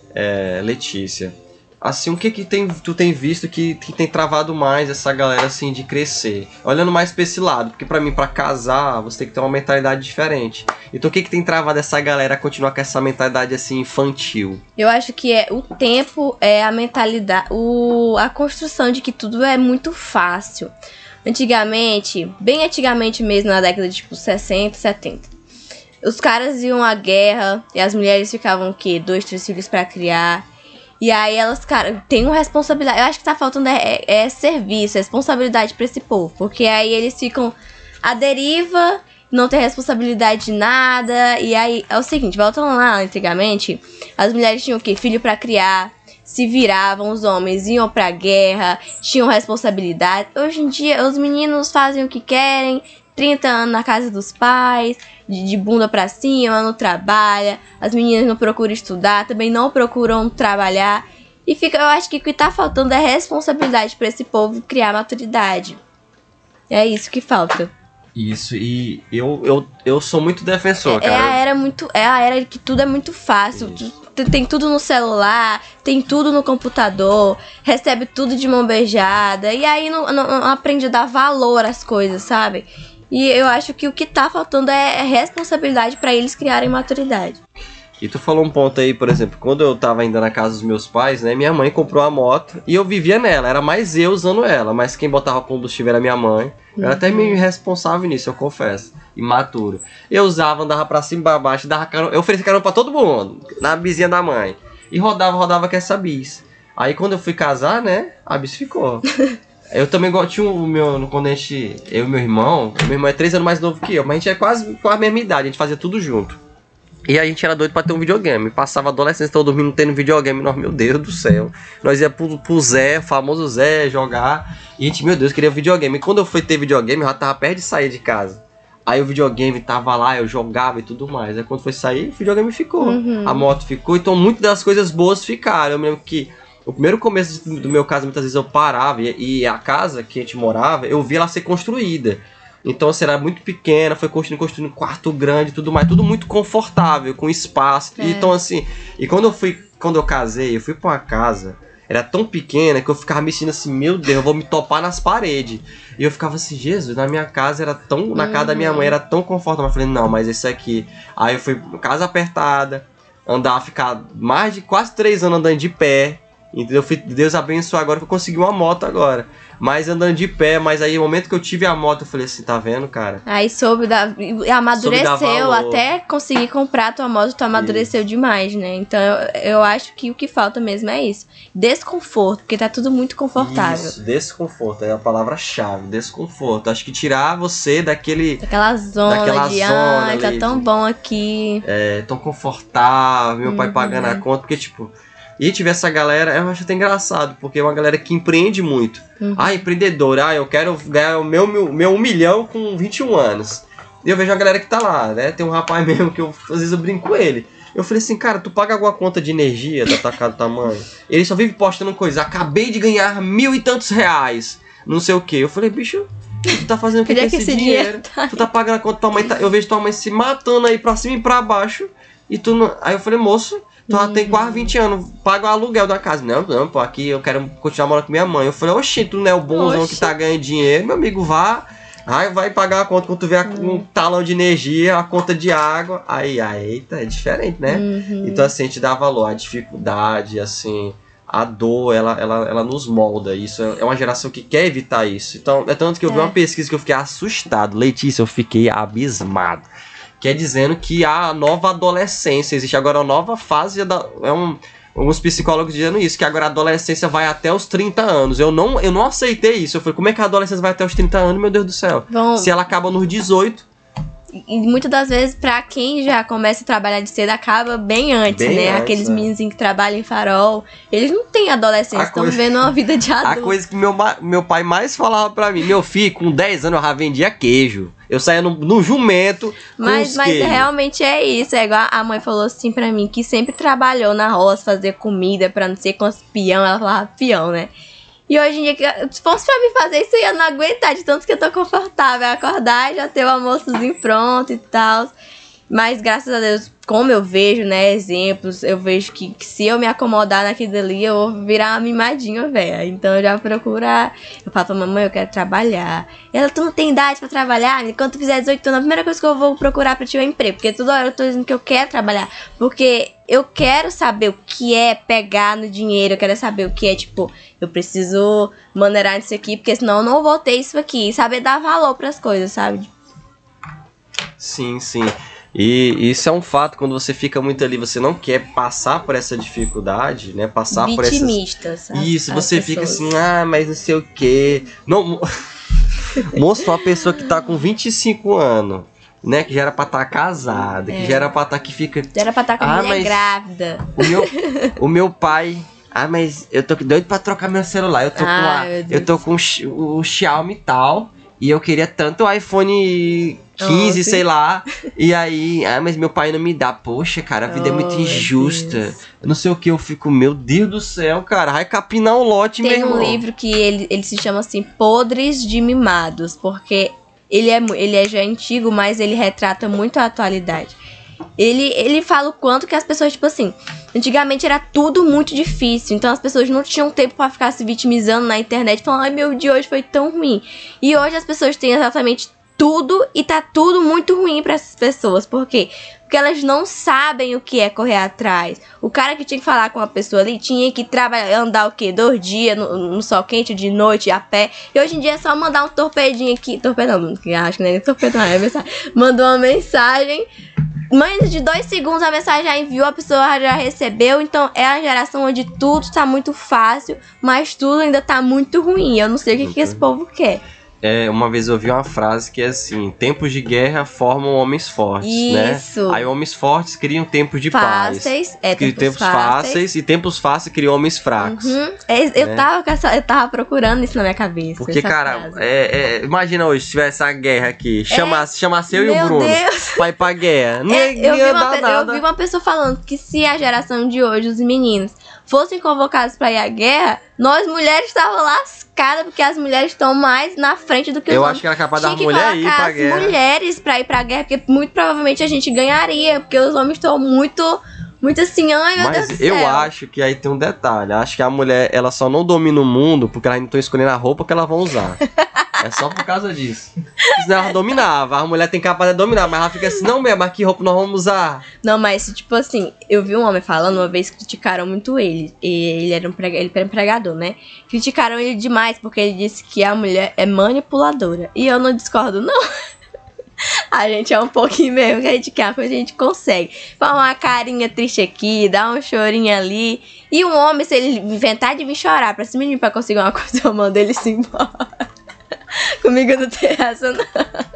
é, Letícia. Assim, o que que tem, tu tem visto que, que tem travado mais essa galera, assim, de crescer? Olhando mais pra esse lado, porque pra mim, pra casar, você tem que ter uma mentalidade diferente. Então, o que que tem travado essa galera a continuar com essa mentalidade, assim, infantil? Eu acho que é o tempo, é a mentalidade, o, a construção de que tudo é muito fácil. Antigamente, bem antigamente mesmo, na década de tipo sessenta, setenta, os caras iam à guerra e as mulheres ficavam o quê? Dois, três filhos pra criar. E aí elas, cara, tem uma responsabilidade. Eu acho que tá faltando é, é serviço, responsabilidade pra esse povo. Porque aí eles ficam à deriva, não tem responsabilidade de nada. E aí é o seguinte, voltando lá antigamente, as mulheres tinham o quê? Filho pra criar. Se viravam, os homens iam pra guerra, tinham responsabilidade. Hoje em dia, os meninos fazem o que querem, trinta anos na casa dos pais, de, de bunda pra cima, não trabalha. As meninas não procuram estudar, também não procuram trabalhar. E fica, eu acho que o que tá faltando é responsabilidade pra esse povo criar maturidade. É isso que falta. Isso, e eu, eu, eu sou muito defensor, é, cara. É a era muito, é a era que tudo é muito fácil. Tem tudo no celular, tem tudo no computador, recebe tudo de mão beijada. E aí não, não, não aprende a dar valor às coisas, sabe? E eu acho que o que tá faltando é responsabilidade pra eles criarem maturidade. E tu falou um ponto aí, por exemplo, quando eu tava ainda na casa dos meus pais, né, minha mãe comprou a moto e eu vivia nela, era mais eu usando ela, mas quem botava combustível era minha mãe. Eu era até meio irresponsável nisso, eu confesso, imaturo. Eu usava, andava pra cima e pra baixo, dava carona, eu oferecia carona pra todo mundo, na bizinha da mãe. E rodava, rodava com essa bis. Aí quando eu fui casar, né, a bis ficou. Eu também tinha o meu, quando a gente, eu e meu irmão, meu irmão é três anos mais novo que eu, mas a gente é quase com a mesma idade, a gente fazia tudo junto. E a gente era doido pra ter um videogame. Passava a adolescência todo dormindo tendo videogame. Nós, meu Deus do céu. Nós ia pro, pro Zé, famoso Zé, jogar. E a gente, meu Deus, queria videogame. E quando eu fui ter videogame, eu já tava perto de sair de casa. Aí o videogame tava lá, eu jogava e tudo mais. Aí quando foi sair, o videogame ficou. Uhum. A moto ficou. Então muitas das coisas boas ficaram. Eu me lembro que o primeiro começo do meu caso, muitas vezes eu parava. E, e a casa que a gente morava, eu via ela ser construída. Então, assim, era muito pequena, foi construindo, construindo um quarto grande e tudo mais, tudo muito confortável, com espaço. É. Então, assim, e quando eu fui, quando eu casei, eu fui pra uma casa, era tão pequena que eu ficava me sentindo assim, meu Deus, eu vou me topar nas paredes. E eu ficava assim, Jesus, na minha casa era tão, na casa uhum. da minha mãe era tão confortável. Eu falei, não, mas esse aqui. Aí eu fui, casa apertada, andar, ficar mais de quase três anos andando de pé. Entendeu? Deus abençoe agora que eu consegui uma moto agora. Mas andando de pé, mas aí no momento que eu tive a moto, eu falei assim, tá vendo, cara? Aí soube da... amadureceu, soube até conseguir comprar a tua moto, tu amadureceu isso. demais, né? Então eu, eu acho que o que falta mesmo é isso. Desconforto, porque tá tudo muito confortável. Isso, desconforto, é a palavra-chave, desconforto. Acho que tirar você daquele... Daquela zona daquela de, zona, ai, tá tão bom aqui. É, tão confortável, meu uhum. pai pagando a conta, porque tipo... E tive essa galera, eu acho até engraçado, porque é uma galera que empreende muito. Uhum. Ah, empreendedor, ah, eu quero ganhar o meu, meu, meu um milhão com vinte e um anos. E eu vejo a galera que tá lá, né? Tem um rapaz mesmo que eu, às vezes eu brinco com ele. Eu falei assim, cara, tu paga alguma conta de energia da tua casa do tamanho? Ele só vive postando coisa, acabei de ganhar mil e tantos reais, não sei o que. Eu falei, bicho, tu tá fazendo o que com esse, esse dinheiro? dinheiro tá? Tu tá pagando a conta da tua mãe, tá, eu vejo tua mãe se matando aí pra cima e pra baixo. E tu não... Aí eu falei, moço... Tu já tem quase vinte anos, paga o aluguel da casa. Não, não, pô, aqui eu quero continuar morando com minha mãe. Eu falei, oxi, tu não é o bonzão oxi. que tá ganhando dinheiro, meu amigo, vá. Aí vai pagar a conta quando tu vê hum. um talão de energia, a conta de água. Aí, aí, eita, é diferente, né? Uhum. Então, assim, a gente dá valor, a dificuldade, assim, a dor, ela, ela, ela nos molda. Isso é uma geração que quer evitar isso. Então, é tanto que eu é. vi uma pesquisa que eu fiquei assustado. Letícia, eu fiquei abismado. Que é dizendo que a nova adolescência, existe agora uma nova fase, da, é um, alguns psicólogos dizendo isso, que agora a adolescência vai até os trinta anos. Eu não, eu não aceitei isso, eu falei, como é que a adolescência vai até os trinta anos, meu Deus do céu? Bom, se ela acaba nos dezoito... E muitas das vezes, pra quem já começa a trabalhar de cedo, acaba bem antes, bem né? Antes, Aqueles é. meninos que trabalham em farol, eles não têm adolescência, estão coisa... vivendo uma vida de adulto. A coisa que meu, meu pai mais falava pra mim, meu filho, com dez anos eu já vendia queijo. Eu saía no, no jumento Mas, mas realmente é isso, é igual a mãe falou assim pra mim, que sempre trabalhou na roça, fazer comida pra não ser com os peão, ela falava peão, né? E hoje em dia, se fosse pra mim fazer isso, eu ia não aguentar, de tanto que eu tô confortável. Acordar e já ter o almoçozinho pronto e tal. Mas graças a Deus, como eu vejo, né, exemplos, eu vejo que, que se eu me acomodar naquilo ali, eu vou virar uma mimadinha, velha. Então eu já procuro, eu falo pra mamãe, eu quero trabalhar. E ela, tu não tem idade pra trabalhar? Quando tu fizer dezoito anos, a primeira coisa que eu vou procurar pra ti é um emprego. Porque toda hora eu tô dizendo que eu quero trabalhar. Porque eu quero saber o que é pegar no dinheiro, eu quero saber o que é, tipo, eu preciso maneirar isso aqui, porque senão eu não vou ter isso aqui. E saber dar valor pras coisas, sabe? Sim, sim. E isso é um fato, quando você fica muito ali, você não quer passar por essa dificuldade, né? Passar por essas... Vitimistas. Isso, você fica assim, ah, mas não sei o quê. Não... Moço, uma pessoa que tá com vinte e cinco anos, né? Que já era pra estar tá casada, é. que já era pra estar tá, que fica... Já era pra estar tá com a ah, mulher grávida. O meu, o meu pai... Ah, mas eu tô doido pra trocar meu celular. Eu tô ah, com, a, eu tô com o, o Xiaomi e tal. E eu queria tanto o iPhone quinze, oh, sei lá. E aí, ah, mas meu pai não me dá. Poxa, cara, a vida oh, é muito injusta. Eu não sei o que, eu fico, meu Deus do céu, cara. Vai capinar um lote, Tem meu um irmão. livro que ele, ele se chama assim, Podres de Mimados. Porque ele é, ele é já antigo, mas ele retrata muito a atualidade. Ele, ele fala o quanto que as pessoas, tipo assim, antigamente era tudo muito difícil, então as pessoas não tinham tempo pra ficar se vitimizando na internet, falando, ai, meu dia hoje foi tão ruim. E hoje as pessoas têm exatamente tudo e tá tudo muito ruim pra essas pessoas. Por quê? Porque elas não sabem o que é correr atrás. O cara que tinha que falar com uma pessoa ali tinha que trabalhar, andar o quê? Dois dias no, no sol quente, de noite, a pé. E hoje em dia é só mandar um torpedinho aqui. Torpedão, não, acho que não é torpedão, é mensagem. Mandou uma mensagem. Menos de dois segundos a mensagem já enviou, a pessoa já recebeu. Então é a geração onde tudo tá muito fácil, mas tudo ainda tá muito ruim. Eu não sei o que, que esse povo quer. É, uma vez eu ouvi uma frase que é assim: tempos de guerra formam homens fortes, Isso. né? Aí homens fortes criam tempos de fáceis, paz. É, tempos, tempos fáceis. fáceis e tempos fáceis criam homens fracos. Uhum. É, eu, né? tava, eu tava procurando isso na minha cabeça. Porque, cara, é, é, imagina hoje se tivesse a guerra aqui, chamasse, é, chamasse eu e o Bruno Deus. pra ir pra guerra. Não é, ia, eu, vi ia uma, dar pe- nada. eu vi uma pessoa falando que se a geração de hoje, os meninos, fossem convocados pra ir à guerra, nós mulheres estávamos lascadas, porque as mulheres estão mais na frente do que os eu homens. Eu acho que era capaz da mulher mulher ir pra as guerra. mulheres pra ir pra guerra, porque muito provavelmente a gente ganharia, porque os homens estão muito, muito assim, ai meu Mas Deus do eu céu. acho que aí tem um detalhe. Eu acho que a mulher, ela só não domina o mundo porque elas não estão escolhendo a roupa que elas vão usar. É só por causa disso. Senão ela dominava. A mulher tem capaz de dominar, mas ela fica assim, não mesmo, mas que roupa nós vamos usar? Não, mas tipo assim, eu vi um homem falando, uma vez criticaram muito ele. E ele era um prega, ele era um pregador, né? Criticaram ele demais porque ele disse que a mulher é manipuladora. E eu não discordo, não. A gente é um pouquinho mesmo, que a gente quer, a coisa a gente consegue. Faz uma carinha triste aqui, dá um chorinho ali. E um homem, se ele inventar de vir chorar pra esse menino pra conseguir uma coisa, eu mando ele se embora. Comigo não tem essa, não.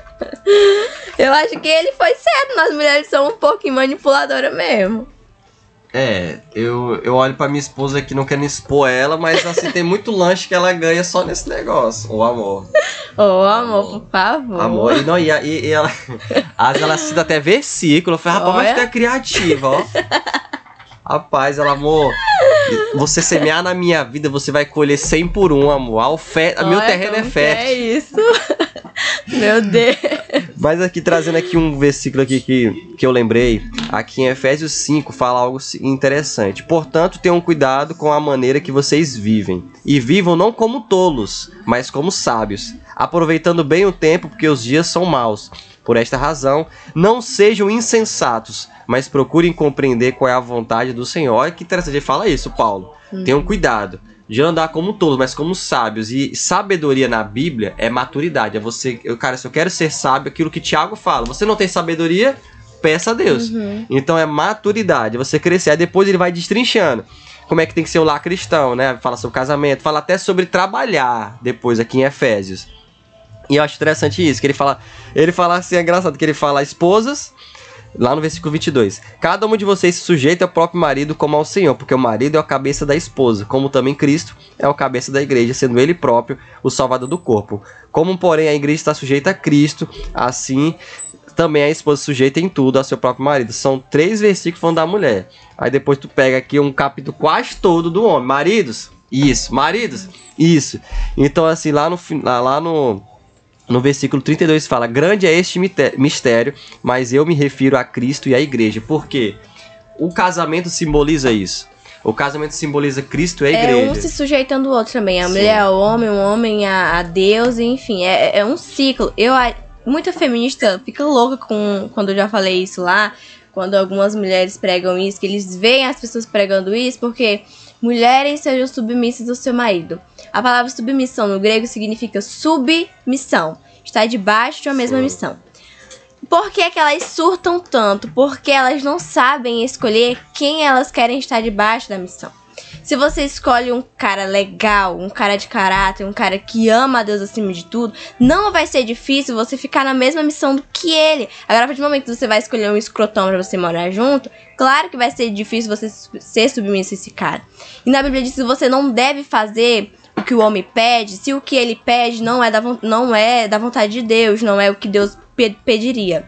Eu acho que ele foi certo. Nós mulheres somos um pouquinho manipuladoras mesmo. É, eu, eu olho pra minha esposa aqui, não quero expor ela, mas assim, tem muito lanche que ela ganha só nesse negócio. Ô, amor. Ô, oh, amor, amor, por favor. Amor, e, não, e, e, e ela. Às vezes ela cita até versículo. Eu falei, rapaz, mas tu é criativa, ó. Rapaz, ela, amor, você semear na minha vida, você vai colher cem por um, amor. A oferta, meu terreno é fértil. É isso. Meu Deus. Mas aqui, trazendo aqui um versículo aqui que, que eu lembrei, aqui em Efésios cinco fala algo interessante. Portanto, tenham cuidado com a maneira que vocês vivem. E vivam não como tolos, mas como sábios, aproveitando bem o tempo, porque os dias são maus. Por esta razão, não sejam insensatos, mas procurem compreender qual é a vontade do Senhor. Olha que interessante, ele fala isso, Paulo. Uhum. Tenham cuidado de andar como tolos, mas como sábios. E sabedoria na Bíblia é maturidade. É você, eu, cara, se eu quero ser sábio, aquilo que Tiago fala. Você não tem sabedoria? Peça a Deus. Uhum. Então é maturidade, é você crescer. Aí depois ele vai destrinchando. Como é que tem que ser o lar cristão, né? Fala sobre casamento, fala até sobre trabalhar depois aqui em Efésios. E eu acho interessante isso, que ele fala, ele fala assim, é engraçado, que ele fala esposas, lá no versículo vinte e dois. Cada um de vocês se sujeita ao próprio marido como ao Senhor, porque o marido é a cabeça da esposa, como também Cristo é a cabeça da igreja, sendo ele próprio o salvador do corpo. Como, porém, a igreja está sujeita a Cristo, assim também a esposa sujeita em tudo ao seu próprio marido. São três versículos falando da mulher. Aí depois tu pega aqui um capítulo quase todo do homem. Maridos, isso. Maridos, isso. Então, assim, lá no... Lá no no versículo trinta e dois fala: grande é este mistério, mas eu me refiro a Cristo e à igreja. Por quê? O casamento simboliza isso. O casamento simboliza Cristo e a igreja. É um se sujeitando ao outro também. A Sim. mulher ao homem, o homem a, a Deus, enfim. É, é um ciclo. Eu, muita feminista fica louca com, quando eu já falei isso lá, quando algumas mulheres pregam isso, que eles veem as pessoas pregando isso, porque mulheres sejam submissas ao seu marido. A palavra submissão no grego significa submissão. Está debaixo de uma mesma Sim. missão. Por que, que elas surtam tanto? Porque elas não sabem escolher quem elas querem estar debaixo da missão. Se você escolhe um cara legal, um cara de caráter, um cara que ama a Deus acima de tudo, não vai ser difícil você ficar na mesma missão do que ele. Agora, a partir do momento que você vai escolher um escrotão pra você morar junto, claro que vai ser difícil você ser submisso a esse cara. E na Bíblia diz que você não deve fazer o que o homem pede, se o que ele pede não é da, não é da vontade de Deus, não é o que Deus pediria.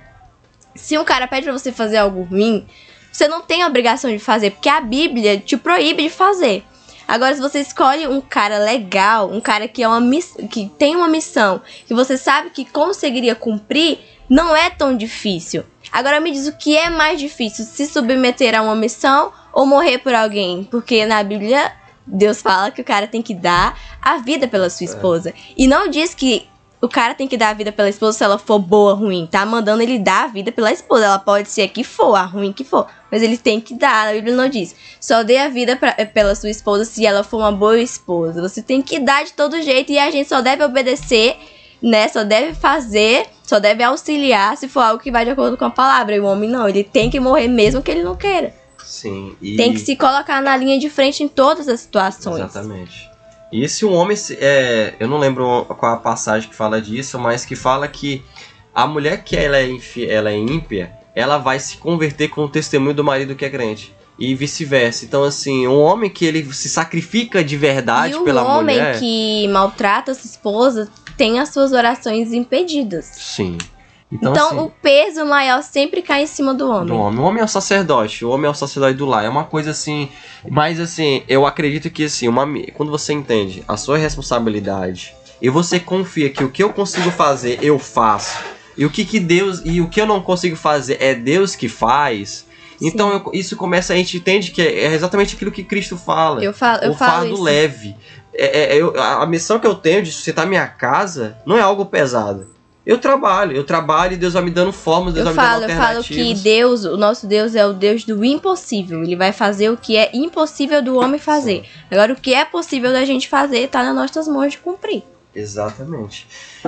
Se um cara pede pra você fazer algo ruim, você não tem a obrigação de fazer, porque a Bíblia te proíbe de fazer. Agora, se você escolhe um cara legal, um cara que, é uma miss... que tem uma missão, que você sabe que conseguiria cumprir, não é tão difícil. Agora me diz o que é mais difícil, se submeter a uma missão ou morrer por alguém, porque na Bíblia Deus fala que o cara tem que dar a vida pela sua esposa. É. E não diz que o cara tem que dar a vida pela esposa se ela for boa ou ruim. Tá mandando ele dar a vida pela esposa. Ela pode ser a que for, a ruim que for. Mas ele tem que dar. A Bíblia não diz. Só dê a vida pra, pela sua esposa se ela for uma boa esposa. Você tem que dar de todo jeito. E a gente só deve obedecer, né? Só deve fazer, só deve auxiliar se for algo que vai de acordo com a palavra. E o homem não. Ele tem que morrer mesmo que ele não queira. Sim. E... tem que se colocar na linha de frente em todas as situações. Exatamente. E se um homem, é, eu não lembro qual a passagem que fala disso, mas que fala que a mulher que ela é, infi, ela é ímpia, ela vai se converter com o testemunho do marido que é crente. E vice-versa. Então, assim, um homem que ele se sacrifica de verdade pela mulher... E o homem que maltrata a sua esposa tem as suas orações impedidas. Sim. Então, então assim, o peso maior sempre cai em cima do homem. do homem. O homem é o sacerdote, o homem é o sacerdote do lar. É uma coisa assim... Mas assim, eu acredito que assim, uma, quando você entende a sua responsabilidade e você confia que o que eu consigo fazer, eu faço. E o que, que Deus... E o que eu não consigo fazer é Deus que faz... Então eu, isso começa, a gente entende que é exatamente aquilo que Cristo fala. Eu falo, eu o falo fardo isso. leve. É, é, eu, a missão que eu tenho de sustentar minha casa não é algo pesado. Eu trabalho, eu trabalho e Deus vai me dando formas, Deus eu vai falo, me dando alternativas. Eu falo que Deus, o nosso Deus é o Deus do impossível. Ele vai fazer o que é impossível do homem fazer. Sim. Agora, o que é possível da gente fazer tá nas nossas mãos de cumprir. Exatamente.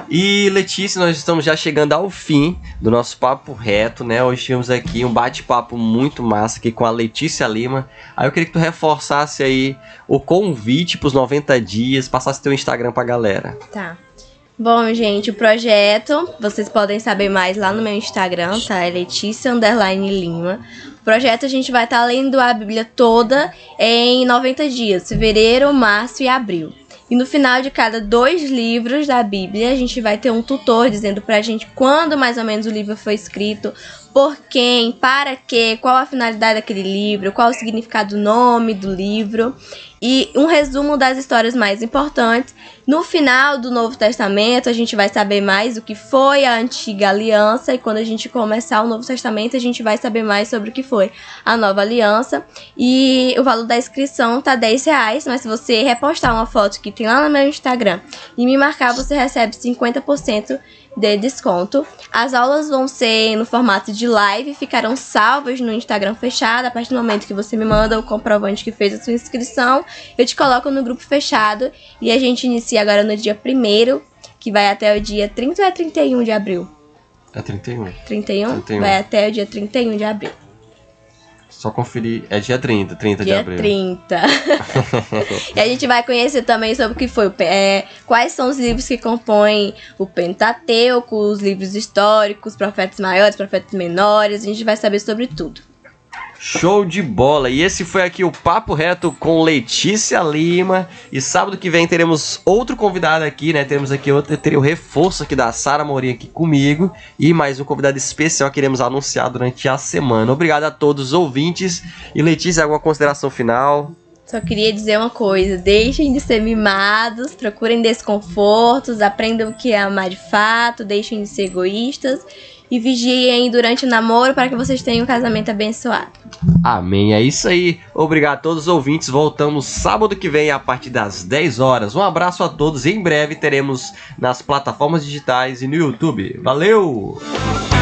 E Letícia, nós estamos já chegando ao fim do nosso papo reto, né? Hoje tivemos aqui um bate-papo muito massa aqui com a Letícia Lima. Aí eu queria que tu reforçasse aí o convite pros noventa dias, passasse teu Instagram pra galera. Tá. Bom, gente, o projeto, vocês podem saber mais lá no meu Instagram, tá? É Letícia Underline Lima. O projeto a gente vai estar tá lendo a Bíblia toda em noventa dias, fevereiro, março e abril. E no final de cada dois livros da Bíblia, a gente vai ter um tutor dizendo pra gente quando mais ou menos o livro foi escrito, por quem, para quê, qual a finalidade daquele livro, qual o significado do nome do livro e um resumo das histórias mais importantes. No final do Novo Testamento, a gente vai saber mais o que foi a antiga aliança e quando a gente começar o Novo Testamento, a gente vai saber mais sobre o que foi a nova aliança. E o valor da inscrição tá dez reais, mas se você repostar uma foto que tem lá no meu Instagram e me marcar, você recebe cinquenta por cento de desconto. As aulas vão ser no formato de live, ficarão salvas no Instagram fechado. A partir do momento que você me manda o comprovante que fez a sua inscrição, eu te coloco no grupo fechado e a gente inicia agora no dia primeiro, que vai até o dia trinta ou é trinta e um de abril? É trinta e um. trinta e um? trinta e um. Vai até o dia trinta e um de abril. Só conferir, é dia trinta, trinta dia de abril. trinta. E a gente vai conhecer também sobre o que foi, é, quais são os livros que compõem o Pentateuco, os livros históricos, profetas maiores, profetas menores, a gente vai saber sobre tudo. Show de bola! E esse foi aqui o Papo Reto com Letícia Lima. E sábado que vem teremos outro convidado aqui, né? Teremos aqui outro, teria o reforço aqui da Sara Morim aqui comigo. E mais um convidado especial que iremos anunciar durante a semana. Obrigado a todos os ouvintes. E Letícia, alguma consideração final? só queria dizer uma coisa: deixem de ser mimados, procurem desconfortos, aprendam o que é amar de fato, deixem de ser egoístas e vigiem durante o namoro para que vocês tenham um casamento abençoado. Amém, é isso aí. Obrigado a todos os ouvintes. Voltamos sábado que vem a partir das dez horas. Um abraço a todos e em breve teremos nas plataformas digitais e no YouTube. Valeu!